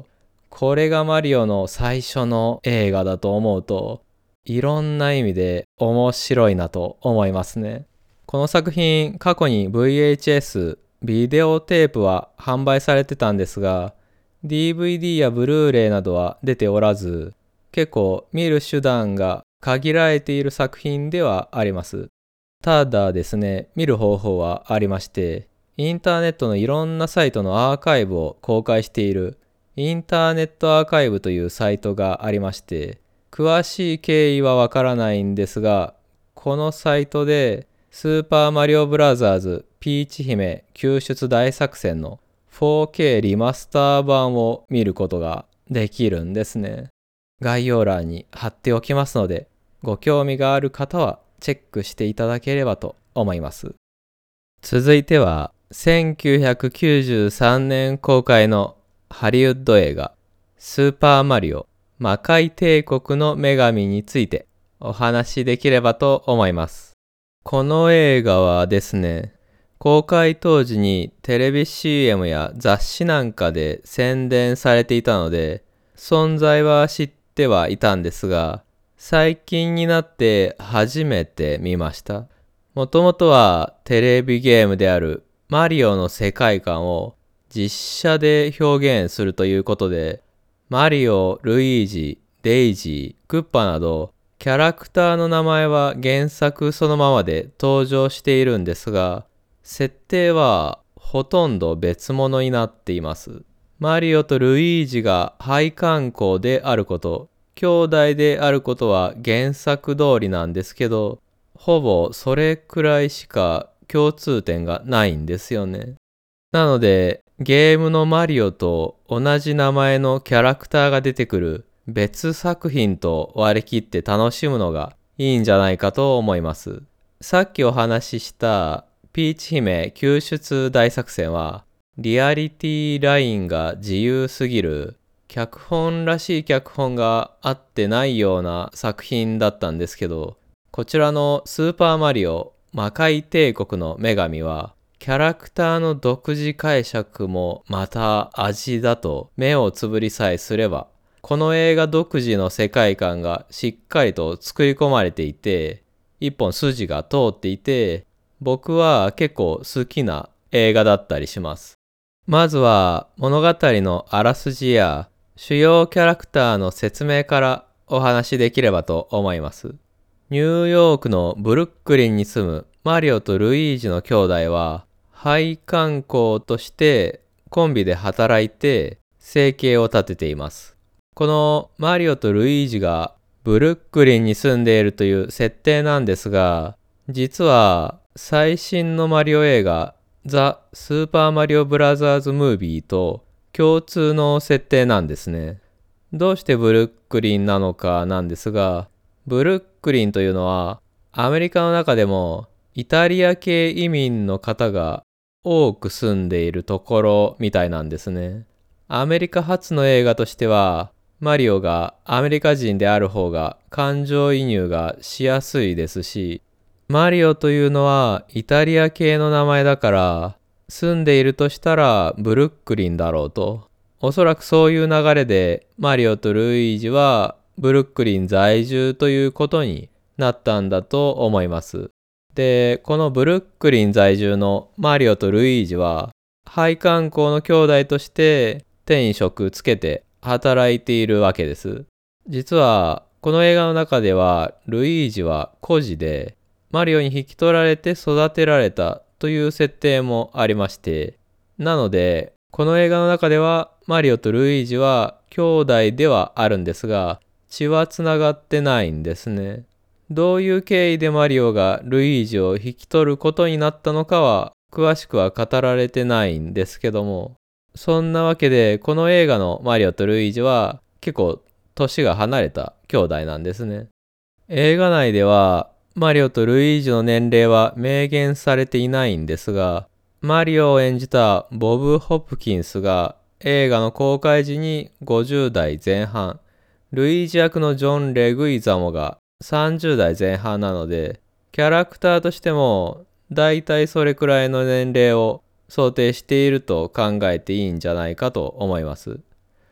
これがマリオの最初の映画だと思うと、いろんな意味で面白いなと思いますね。この作品、過去に ブイエイチエス、ビデオテープは販売されてたんですが、ディーブイディー やブルーレイなどは出ておらず、結構見る手段が限られている作品ではあります。ただですね、見る方法はありまして、インターネットのいろんなサイトのアーカイブを公開しているインターネットアーカイブというサイトがありまして、詳しい経緯はわからないんですが、このサイトでスーパーマリオブラザーズピーチ姫救出大作戦の フォーケー リマスター版を見ることができるんですね。概要欄に貼っておきますので、ご興味がある方はチェックしていただければと思います。続いては、せんきゅうひゃくきゅうじゅうさんねん公開のハリウッド映画、スーパーマリオ魔界帝国の女神についてお話しできればと思います。この映画はですね、公開当時にテレビ シーエム や雑誌なんかで宣伝されていたので、存在は知ってはいたんですが、最近になって初めて見ました。もともとはテレビゲームであるマリオの世界観を実写で表現するということで、マリオ、ルイージ、デイジー、クッパなどキャラクターの名前は原作そのままで登場しているんですが、設定はほとんど別物になっています。マリオとルイージが配管工であること、兄弟であることは原作通りなんですけど、ほぼそれくらいしか共通点がないんですよね。なので、ゲームのマリオと同じ名前のキャラクターが出てくる別作品と割り切って楽しむのがいいんじゃないかと思います。さっきお話ししたピーチ姫救出大作戦は、リアリティラインが自由すぎる、脚本らしい脚本が合ってないような作品だったんですけど、こちらのスーパーマリオ魔界帝国の女神は、キャラクターの独自解釈もまた味だと目をつぶりさえすれば、この映画独自の世界観がしっかりと作り込まれていて、一本筋が通っていて、僕は結構好きな映画だったりします。まずは物語のあらすじや主要キャラクターの説明からお話しできればと思います。ニューヨークのブルックリンに住むマリオとルイージの兄弟は配管工としてコンビで働いて生計を立てています。このマリオとルイージがブルックリンに住んでいるという設定なんですが、実は最新のマリオ映画ザ・スーパーマリオブラザーズ・ムービーと共通の設定なんですね。どうしてブルックリンなのかなんですが、ブルックリンというのはアメリカの中でもイタリア系移民の方が多く住んでいるところみたいなんですね。アメリカ発の映画としては、マリオがアメリカ人である方が感情移入がしやすいですし、マリオというのはイタリア系の名前だから、住んでいるとしたらブルックリンだろうと。おそらくそういう流れでマリオとルイージはブルックリン在住ということになったんだと思います。で、このブルックリン在住のマリオとルイージは配管工の兄弟として手に職つけて働いているわけです。実はこの映画の中ではルイージは孤児でマリオに引き取られて育てられたという設定もありまして、なのでこの映画の中ではマリオとルイージは兄弟ではあるんですが、血はつながってないんですね。どういう経緯でマリオがルイージを引き取ることになったのかは詳しくは語られてないんですけども、そんなわけでこの映画のマリオとルイージは結構年が離れた兄弟なんですね。映画内ではマリオとルイージの年齢は明言されていないんですが、マリオを演じたボブ・ホプキンスが映画の公開時にごじゅう代前半、ルイージ役のジョン・レグイザモがさんじゅう代前半なので、キャラクターとしてもだいたいそれくらいの年齢を想定していると考えていいんじゃないかと思います。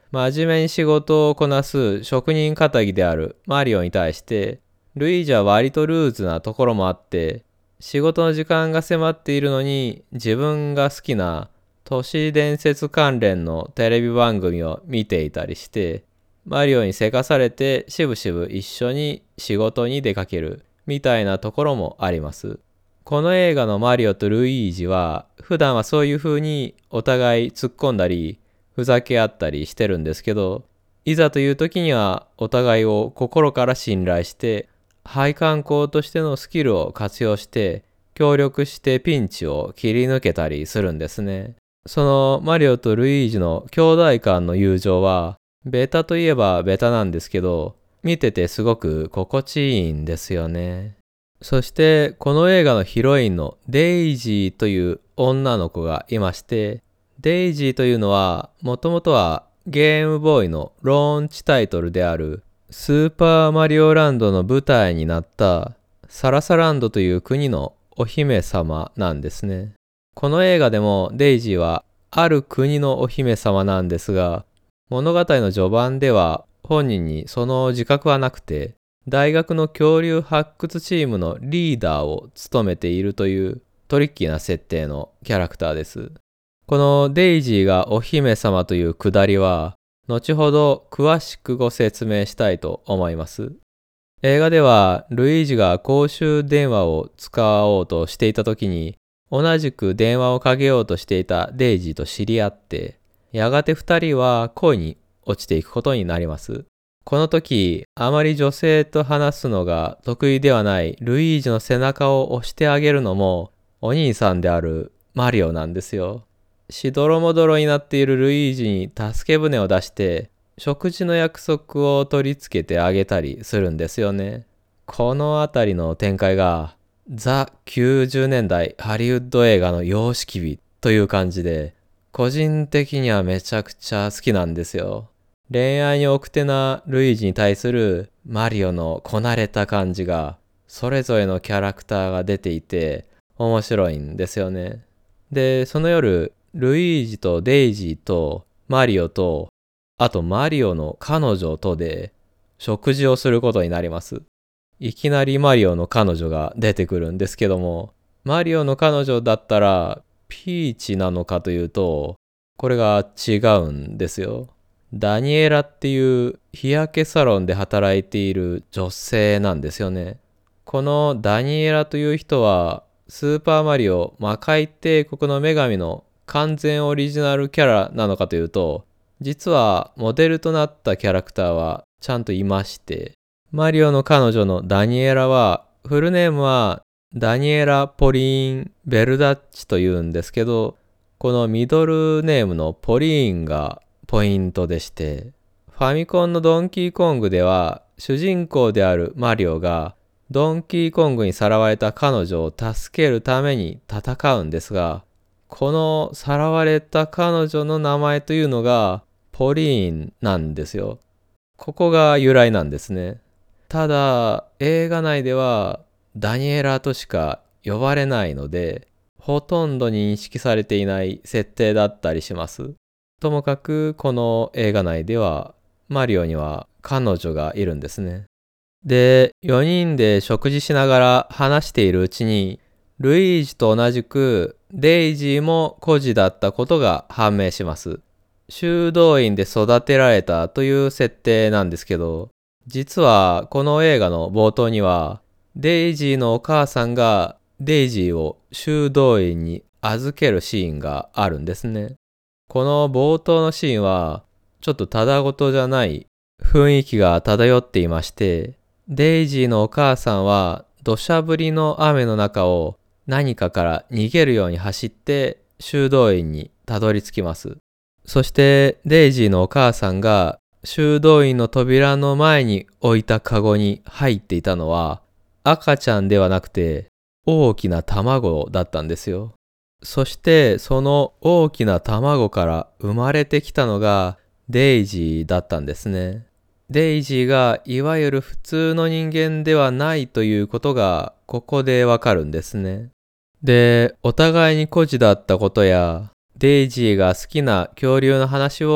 真面目に仕事をこなす職人気質であるマリオに対して、ルイージは割とルーズなところもあって、仕事の時間が迫っているのに自分が好きな都市伝説関連のテレビ番組を見ていたりして、マリオにせかされてしぶしぶ一緒に仕事に出かけるみたいなところもあります。この映画のマリオとルイージは普段はそういう風にお互い突っ込んだりふざけ合ったりしてるんですけど、いざという時にはお互いを心から信頼して配管工としてのスキルを活用して協力してピンチを切り抜けたりするんですね。そのマリオとルイージの兄弟間の友情はベタといえばベタなんですけど、見ててすごく心地いいんですよね。そしてこの映画のヒロインのデイジーという女の子がいまして、デイジーというのはもともとはゲームボーイのローンチタイトルであるスーパーマリオランドの舞台になったサラサランドという国のお姫様なんですね。この映画でもデイジーはある国のお姫様なんですが、物語の序盤では本人にその自覚はなくて、大学の恐竜発掘チームのリーダーを務めているというトリッキーな設定のキャラクターです。このデイジーがお姫様というくだりは、後ほど詳しくご説明したいと思います。映画ではルイージが公衆電話を使おうとしていた時に、同じく電話をかけようとしていたデイジーと知り合って、やがて二人は恋に落ちていくことになります。この時、あまり女性と話すのが得意ではないルイージの背中を押してあげるのもお兄さんであるマリオなんですよ。しどろもどろになっているルイージに助け舟を出して食事の約束を取り付けてあげたりするんですよね。このあたりの展開がザきゅうじゅうねんだいハリウッド映画の様式美という感じで、個人的にはめちゃくちゃ好きなんですよ。恋愛に奥手なルイージに対するマリオのこなれた感じがそれぞれのキャラクターが出ていて面白いんですよね。で、その夜ルイージとデイジーとマリオとあとマリオの彼女とで食事をすることになります。いきなりマリオの彼女が出てくるんですけども、マリオの彼女だったらピーチなのかというとこれが違うんですよ。ダニエラっていう日焼けサロンで働いている女性なんですよね。このダニエラという人はスーパーマリオ魔界帝国の女神の完全オリジナルキャラなのかというと、実はモデルとなったキャラクターはちゃんといまして、マリオの彼女のダニエラはフルネームはダニエラ・ポリーン・ベルダッチというんですけど、このミドルネームのポリーンがポイントでして、ファミコンのドンキーコングでは主人公であるマリオがドンキーコングにさらわれた彼女を助けるために戦うんですが、このさらわれた彼女の名前というのがポリーンなんですよ。ここが由来なんですね。ただ映画内ではダニエラとしか呼ばれないので、ほとんど認識されていない設定だったりします。ともかくこの映画内ではマリオには彼女がいるんですね。で、よにんで食事しながら話しているうちに、ルイージと同じくデイジーも孤児だったことが判明します。修道院で育てられたという設定なんですけど、実はこの映画の冒頭にはデイジーのお母さんがデイジーを修道院に預けるシーンがあるんですね。この冒頭のシーンはちょっとただごとじゃない雰囲気が漂っていまして、デイジーのお母さんは土砂降りの雨の中を何かから逃げるように走って修道院にたどり着きます。そしてデイジーのお母さんが修道院の扉の前に置いたカゴに入っていたのは赤ちゃんではなくて大きな卵だったんですよ。そしてその大きな卵から生まれてきたのがデイジーだったんですね。デイジーがいわゆる普通の人間ではないということがここでわかるんですね。で、お互いに孤児だったことやデイジーが好きな恐竜の話を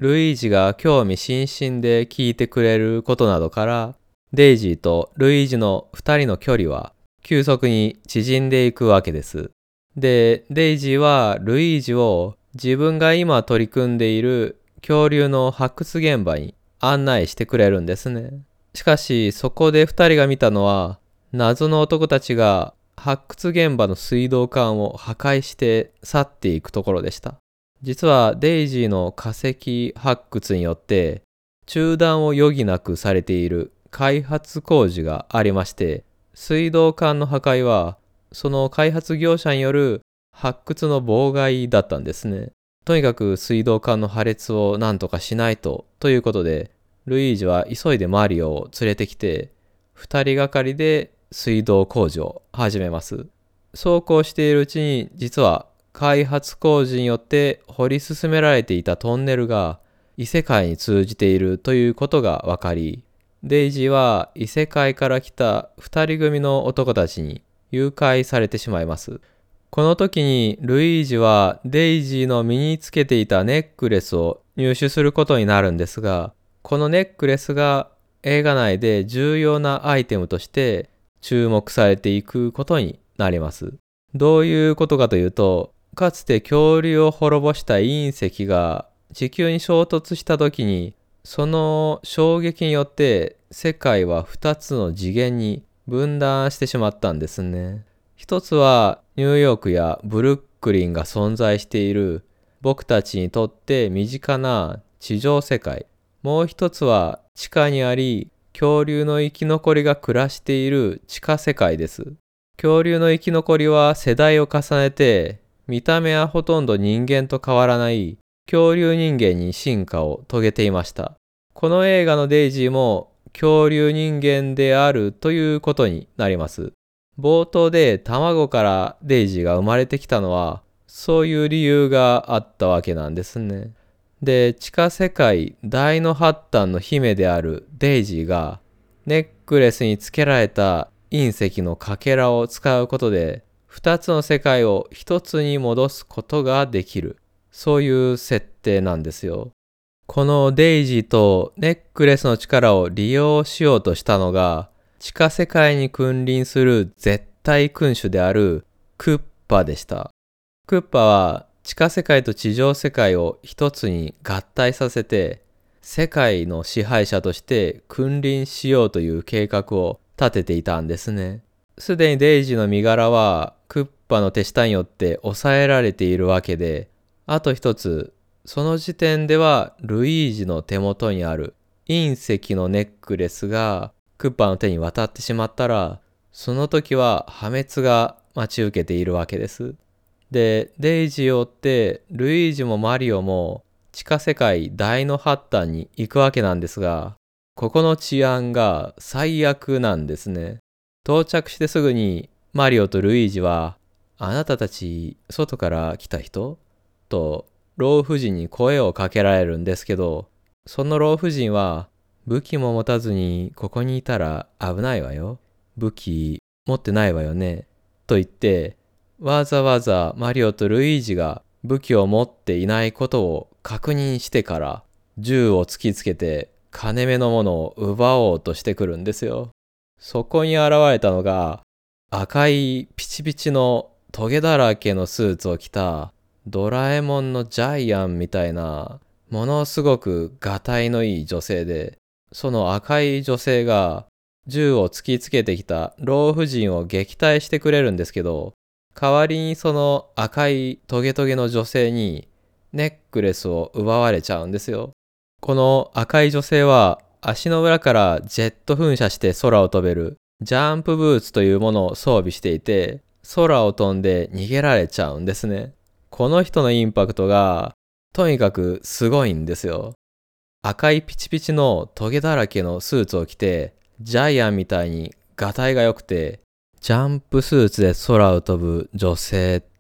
ルイージが興味津々で聞いてくれることなどから、デイジーとルイージの二人の距離は急速に縮んでいくわけです。で、デイジーはルイージを自分が今取り組んでいる恐竜の発掘現場に案内してくれるんですね。しかし、そこで二人が見たのは、謎の男たちが発掘現場の水道管を破壊して去っていくところでした。実はデイジーの化石発掘によって中断を余儀なくされている開発工事がありまして、水道管の破壊はその開発業者による発掘の妨害だったんですね。とにかく水道管の破裂を何とかしないとということで、ルイージは急いでマリオを連れてきて、二人がかりで水道工事を始めます。そうこうしているうちに、実は開発工事によって掘り進められていたトンネルが異世界に通じているということが分かり、デイジーは異世界から来た二人組の男たちに誘拐されてしまいます。この時にルイージはデイジーの身につけていたネックレスを入手することになるんですが、このネックレスが映画内で重要なアイテムとして注目されていくことになります。どういうことかというと、かつて恐竜を滅ぼした隕石が地球に衝突した時に、その衝撃によって世界は二つの次元に分断してしまったんですね。一つはニューヨークやブルックリンが存在している僕たちにとって身近な地上世界。もう一つは地下にあり、恐竜の生き残りが暮らしている地下世界です。恐竜の生き残りは世代を重ねて、見た目はほとんど人間と変わらない恐竜人間に進化を遂げていました。この映画のデイジーも恐竜人間であるということになります。冒頭で卵からデイジーが生まれてきたのは、そういう理由があったわけなんですね。で、地下世界大の発端の姫であるデイジーが、ネックレスにつけられた隕石のかけらを使うことで、二つの世界を一つに戻すことができる。そういう設定なんですよ。このデイジーとネックレスの力を利用しようとしたのが、地下世界に君臨する絶対君主であるクッパでした。クッパは地下世界と地上世界を一つに合体させて、世界の支配者として君臨しようという計画を立てていたんですね。すでにデイジーの身柄はクッパの手下によって抑えられているわけで、あと一つ、その時点ではルイージの手元にある隕石のネックレスがクッパの手に渡ってしまったら、その時は破滅が待ち受けているわけです。で、デイジーを追ってルイージもマリオも地下世界大の発端に行くわけなんですが、ここの治安が最悪なんですね。到着してすぐにマリオとルイージは、あなたたち外から来た人と老婦人に声をかけられるんですけど、その老婦人は武器も持たずにここにいたら危ないわよ。武器持ってないわよね。と言って、わざわざマリオとルイージが武器を持っていないことを確認してから銃を突きつけて金目のものを奪おうとしてくるんですよ。そこに現れたのが赤いピチピチのトゲだらけのスーツを着たドラえもんのジャイアンみたいなものすごくがたいのいい女性で、その赤い女性が銃を突きつけてきた老婦人を撃退してくれるんですけど、代わりにその赤いトゲトゲの女性にネックレスを奪われちゃうんですよ。この赤い女性は足の裏からジェット噴射して空を飛べるジャンプブーツというものを装備していて、空を飛んで逃げられちゃうんですね。この人のインパクトがとにかくすごいんですよ。赤いピチピチのトゲだらけのスーツを着て、ジャイアンみたいにガタイが良くて、ジャンプスーツで空を飛ぶ女性って、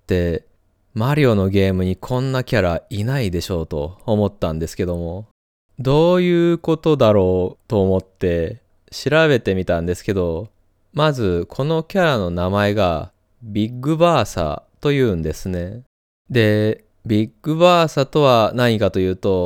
マリオのゲームにこんなキャラいないでしょうと思ったんですけども、どういうことだろうと思って調べてみたんですけど、まずこのキャラの名前がビッグバーサというんですね。で、ビッグバーサとは何かというと、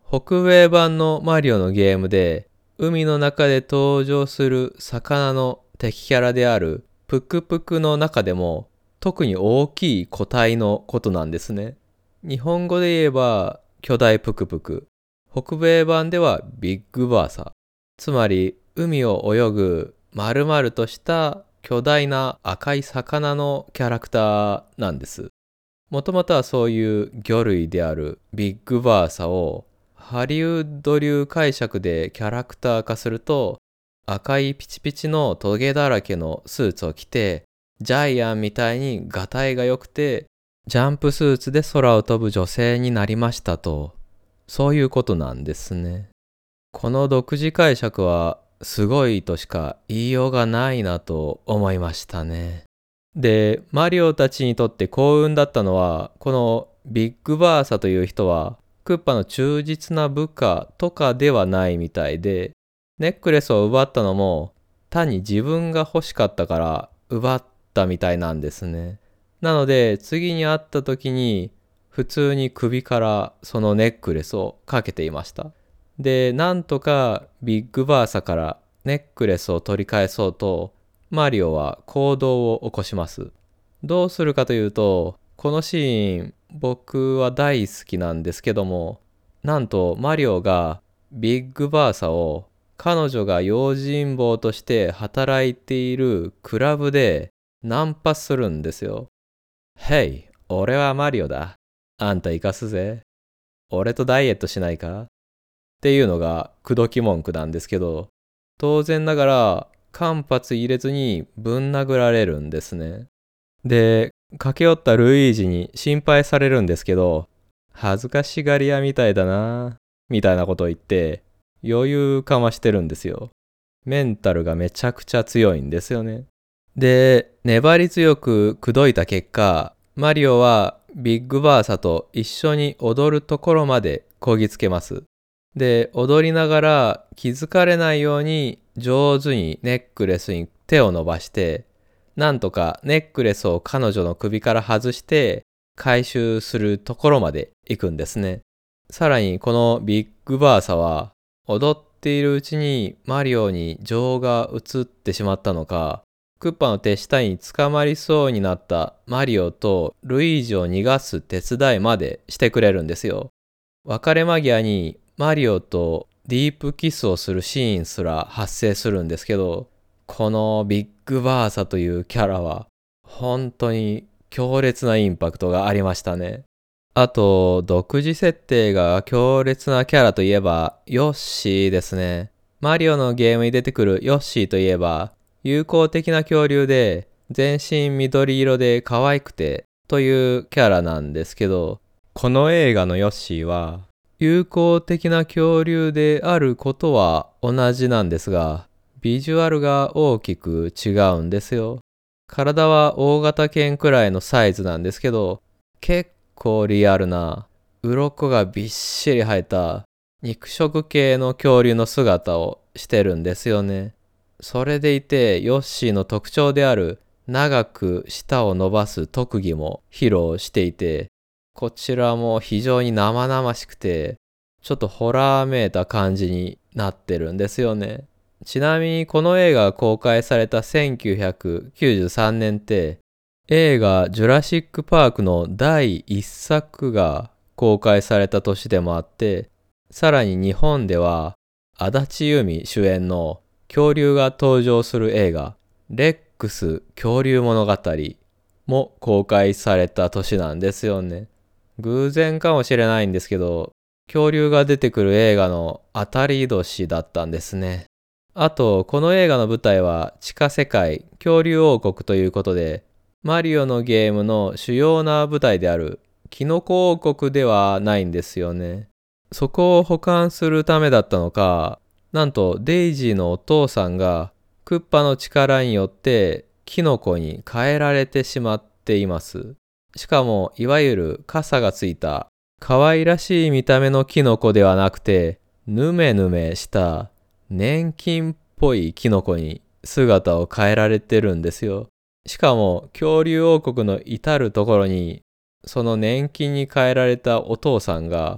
北米版のマリオのゲームで、海の中で登場する魚の敵キャラであるプクプクの中でも特に大きい個体のことなんですね。日本語で言えば巨大プクプク。北米版ではビッグバーサ。つまり海を泳ぐ丸々とした巨大な赤い魚のキャラクターなんです。もともとはそういう魚類であるビッグバーサをハリウッド流解釈でキャラクター化すると、赤いピチピチのトゲだらけのスーツを着て、ジャイアンみたいにガタイが良くて、ジャンプスーツで空を飛ぶ女性になりましたと、そういうことなんですね。この独自解釈はすごいとしか言いようがないなと思いましたね。で、マリオたちにとって幸運だったのは、このビッグバーサという人は、クッパの忠実な部下とかではないみたいで、ネックレスを奪ったのも単に自分が欲しかったから奪ったみたいなんですね。なので次に会った時に普通に首からそのネックレスをかけていました。で、なんとかビッグバーサからネックレスを取り返そうとマリオは行動を起こします。どうするかというと、このシーン僕は大好きなんですけども、なんとマリオがビッグバーサを彼女が用心棒として働いているクラブでナンパするんですよ。へい、俺はマリオだ。あんた行かすぜ。俺とダイエットしないかっていうのが口説き文句なんですけど、当然ながら間髪入れずにぶん殴られるんですね。で、駆け寄ったルイージに心配されるんですけど、恥ずかしがり屋みたいだな、みたいなことを言って、余裕かましてるんですよ。メンタルがめちゃくちゃ強いんですよね。で、粘り強く口説いた結果、マリオはビッグバーサと一緒に踊るところまでこぎつけます。で、踊りながら気づかれないように上手にネックレスに手を伸ばして、なんとかネックレスを彼女の首から外して回収するところまで行くんですね。さらにこのビッグバーサは踊っているうちにマリオに情が移ってしまったのか、クッパの手下に捕まりそうになったマリオとルイージを逃がす手伝いまでしてくれるんですよ。別れ間際にマリオとディープキスをするシーンすら発生するんですけど、このビッグバーサというキャラは本当に強烈なインパクトがありましたね。あと、独自設定が強烈なキャラといえばヨッシーですね。マリオのゲームに出てくるヨッシーといえば友好的な恐竜で全身緑色で可愛くてというキャラなんですけど、この映画のヨッシーは友好的な恐竜であることは同じなんですが、ビジュアルが大きく違うんですよ。体は大型犬くらいのサイズなんですけど、結構リアルな、鱗がびっしり生えた肉食系の恐竜の姿をしてるんですよね。それでいて、ヨッシーの特徴である長く舌を伸ばす特技も披露していて、こちらも非常に生々しくて、ちょっとホラーめいた感じになってるんですよね。ちなみにこの映画が公開されたせんきゅうひゃくきゅうじゅうさんねんって映画ジュラシックパークのだいいっさくが公開された年でもあって、さらに日本では足立由美主演の恐竜が登場する映画レックス恐竜物語も公開された年なんですよね。偶然かもしれないんですけど、恐竜が出てくる映画の当たり年だったんですね。あと、この映画の舞台は地下世界、恐竜王国ということで、マリオのゲームの主要な舞台であるキノコ王国ではないんですよね。そこを保管するためだったのか、なんとデイジーのお父さんがクッパの力によってキノコに変えられてしまっています。しかも、いわゆる傘がついた可愛らしい見た目のキノコではなくて、ヌメヌメした粘菌っぽいキノコに姿を変えられてるんですよ。しかも恐竜王国の至るところにその粘菌に変えられたお父さんが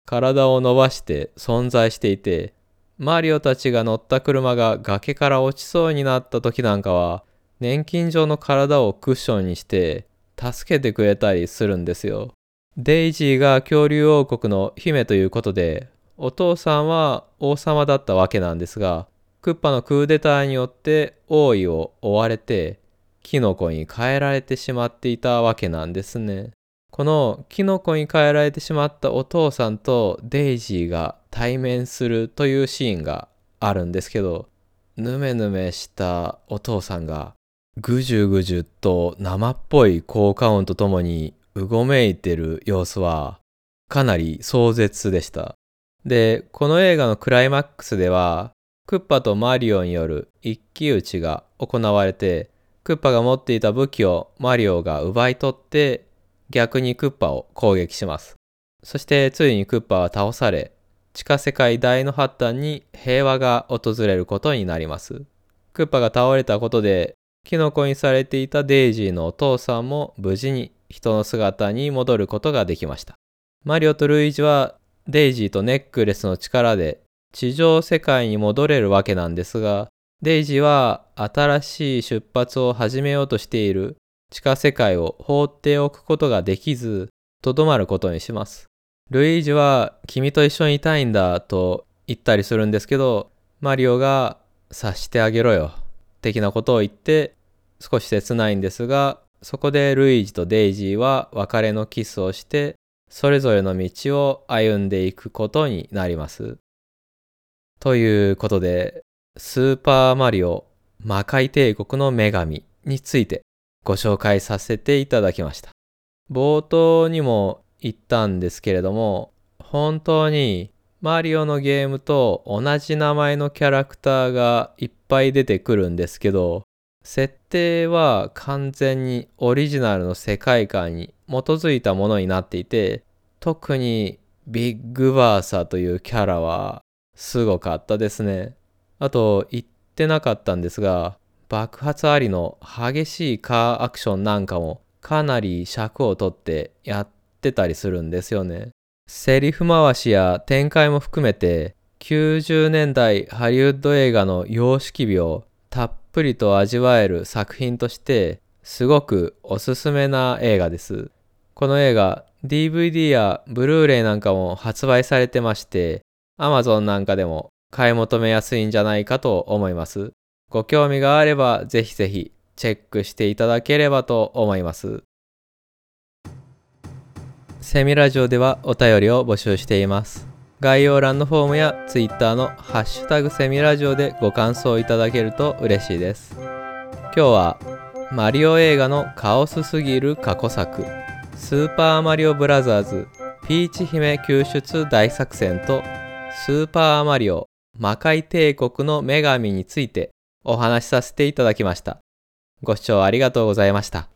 体を伸ばして存在していて、マリオたちが乗った車が崖から落ちそうになった時なんかは、年金上の体をクッションにして助けてくれたりするんですよ。デイジーが恐竜王国の姫ということで、お父さんは王様だったわけなんですが、クッパのクーデターによって王位を追われて、キノコに変えられてしまっていたわけなんですね。このキノコに変えられてしまったお父さんとデイジーが対面するというシーンがあるんですけど、ぬめぬめしたお父さんがぐじゅぐじゅと生っぽい効果音とともにうごめいてる様子はかなり壮絶でした。で、この映画のクライマックスではクッパとマリオによる一騎打ちが行われて、クッパが持っていた武器をマリオが奪い取って逆にクッパを攻撃します。そしてついにクッパは倒され、地下世界大の発端に平和が訪れることになります。クッパが倒れたことで、キノコにされていたデイジーのお父さんも無事に人の姿に戻ることができました。マリオとルイージはデイジーとネックレスの力で地上世界に戻れるわけなんですが、デイジーは新しい出発を始めようとしている地下世界を放っておくことができず、とどまることにします。ルイージは君と一緒にいたいんだと言ったりするんですけど、マリオが察してあげろよ的なことを言って少し切ないんですが、そこでルイージとデイジーは別れのキスをしてそれぞれの道を歩んでいくことになります。ということで、スーパーマリオ魔界帝国の女神についてご紹介させていただきました。冒頭にも言ったんですけれども、本当にマリオのゲームと同じ名前のキャラクターがいっぱい出てくるんですけど、設定は完全にオリジナルの世界観に基づいたものになっていて、特にビッグバーサーというキャラはすごかったですね。あと言ってなかったんですが、爆発ありの激しいカーアクションなんかもかなり尺を取ってやってたりするんですよね。セリフ回しや展開も含めてきゅうじゅうねんだいハリウッド映画の様式美をたっぷりと味わえる作品としてすごくおすすめな映画です。この映画 ディーブイディー やブルーレイなんかも発売されてまして、 Amazon なんかでも買い求めやすいんじゃないかと思います。ご興味があればぜひぜひチェックしていただければと思います。セミラジオではお便りを募集しています。概要欄のフォームや Twitter のハッシュタグセミラジオでご感想いただけると嬉しいです。今日はマリオ映画のカオスすぎる過去作、スーパーマリオブラザーズピーチ姫救出大作戦とスーパーマリオ魔界帝国の女神についてお話しさせていただきました。ご視聴ありがとうございました。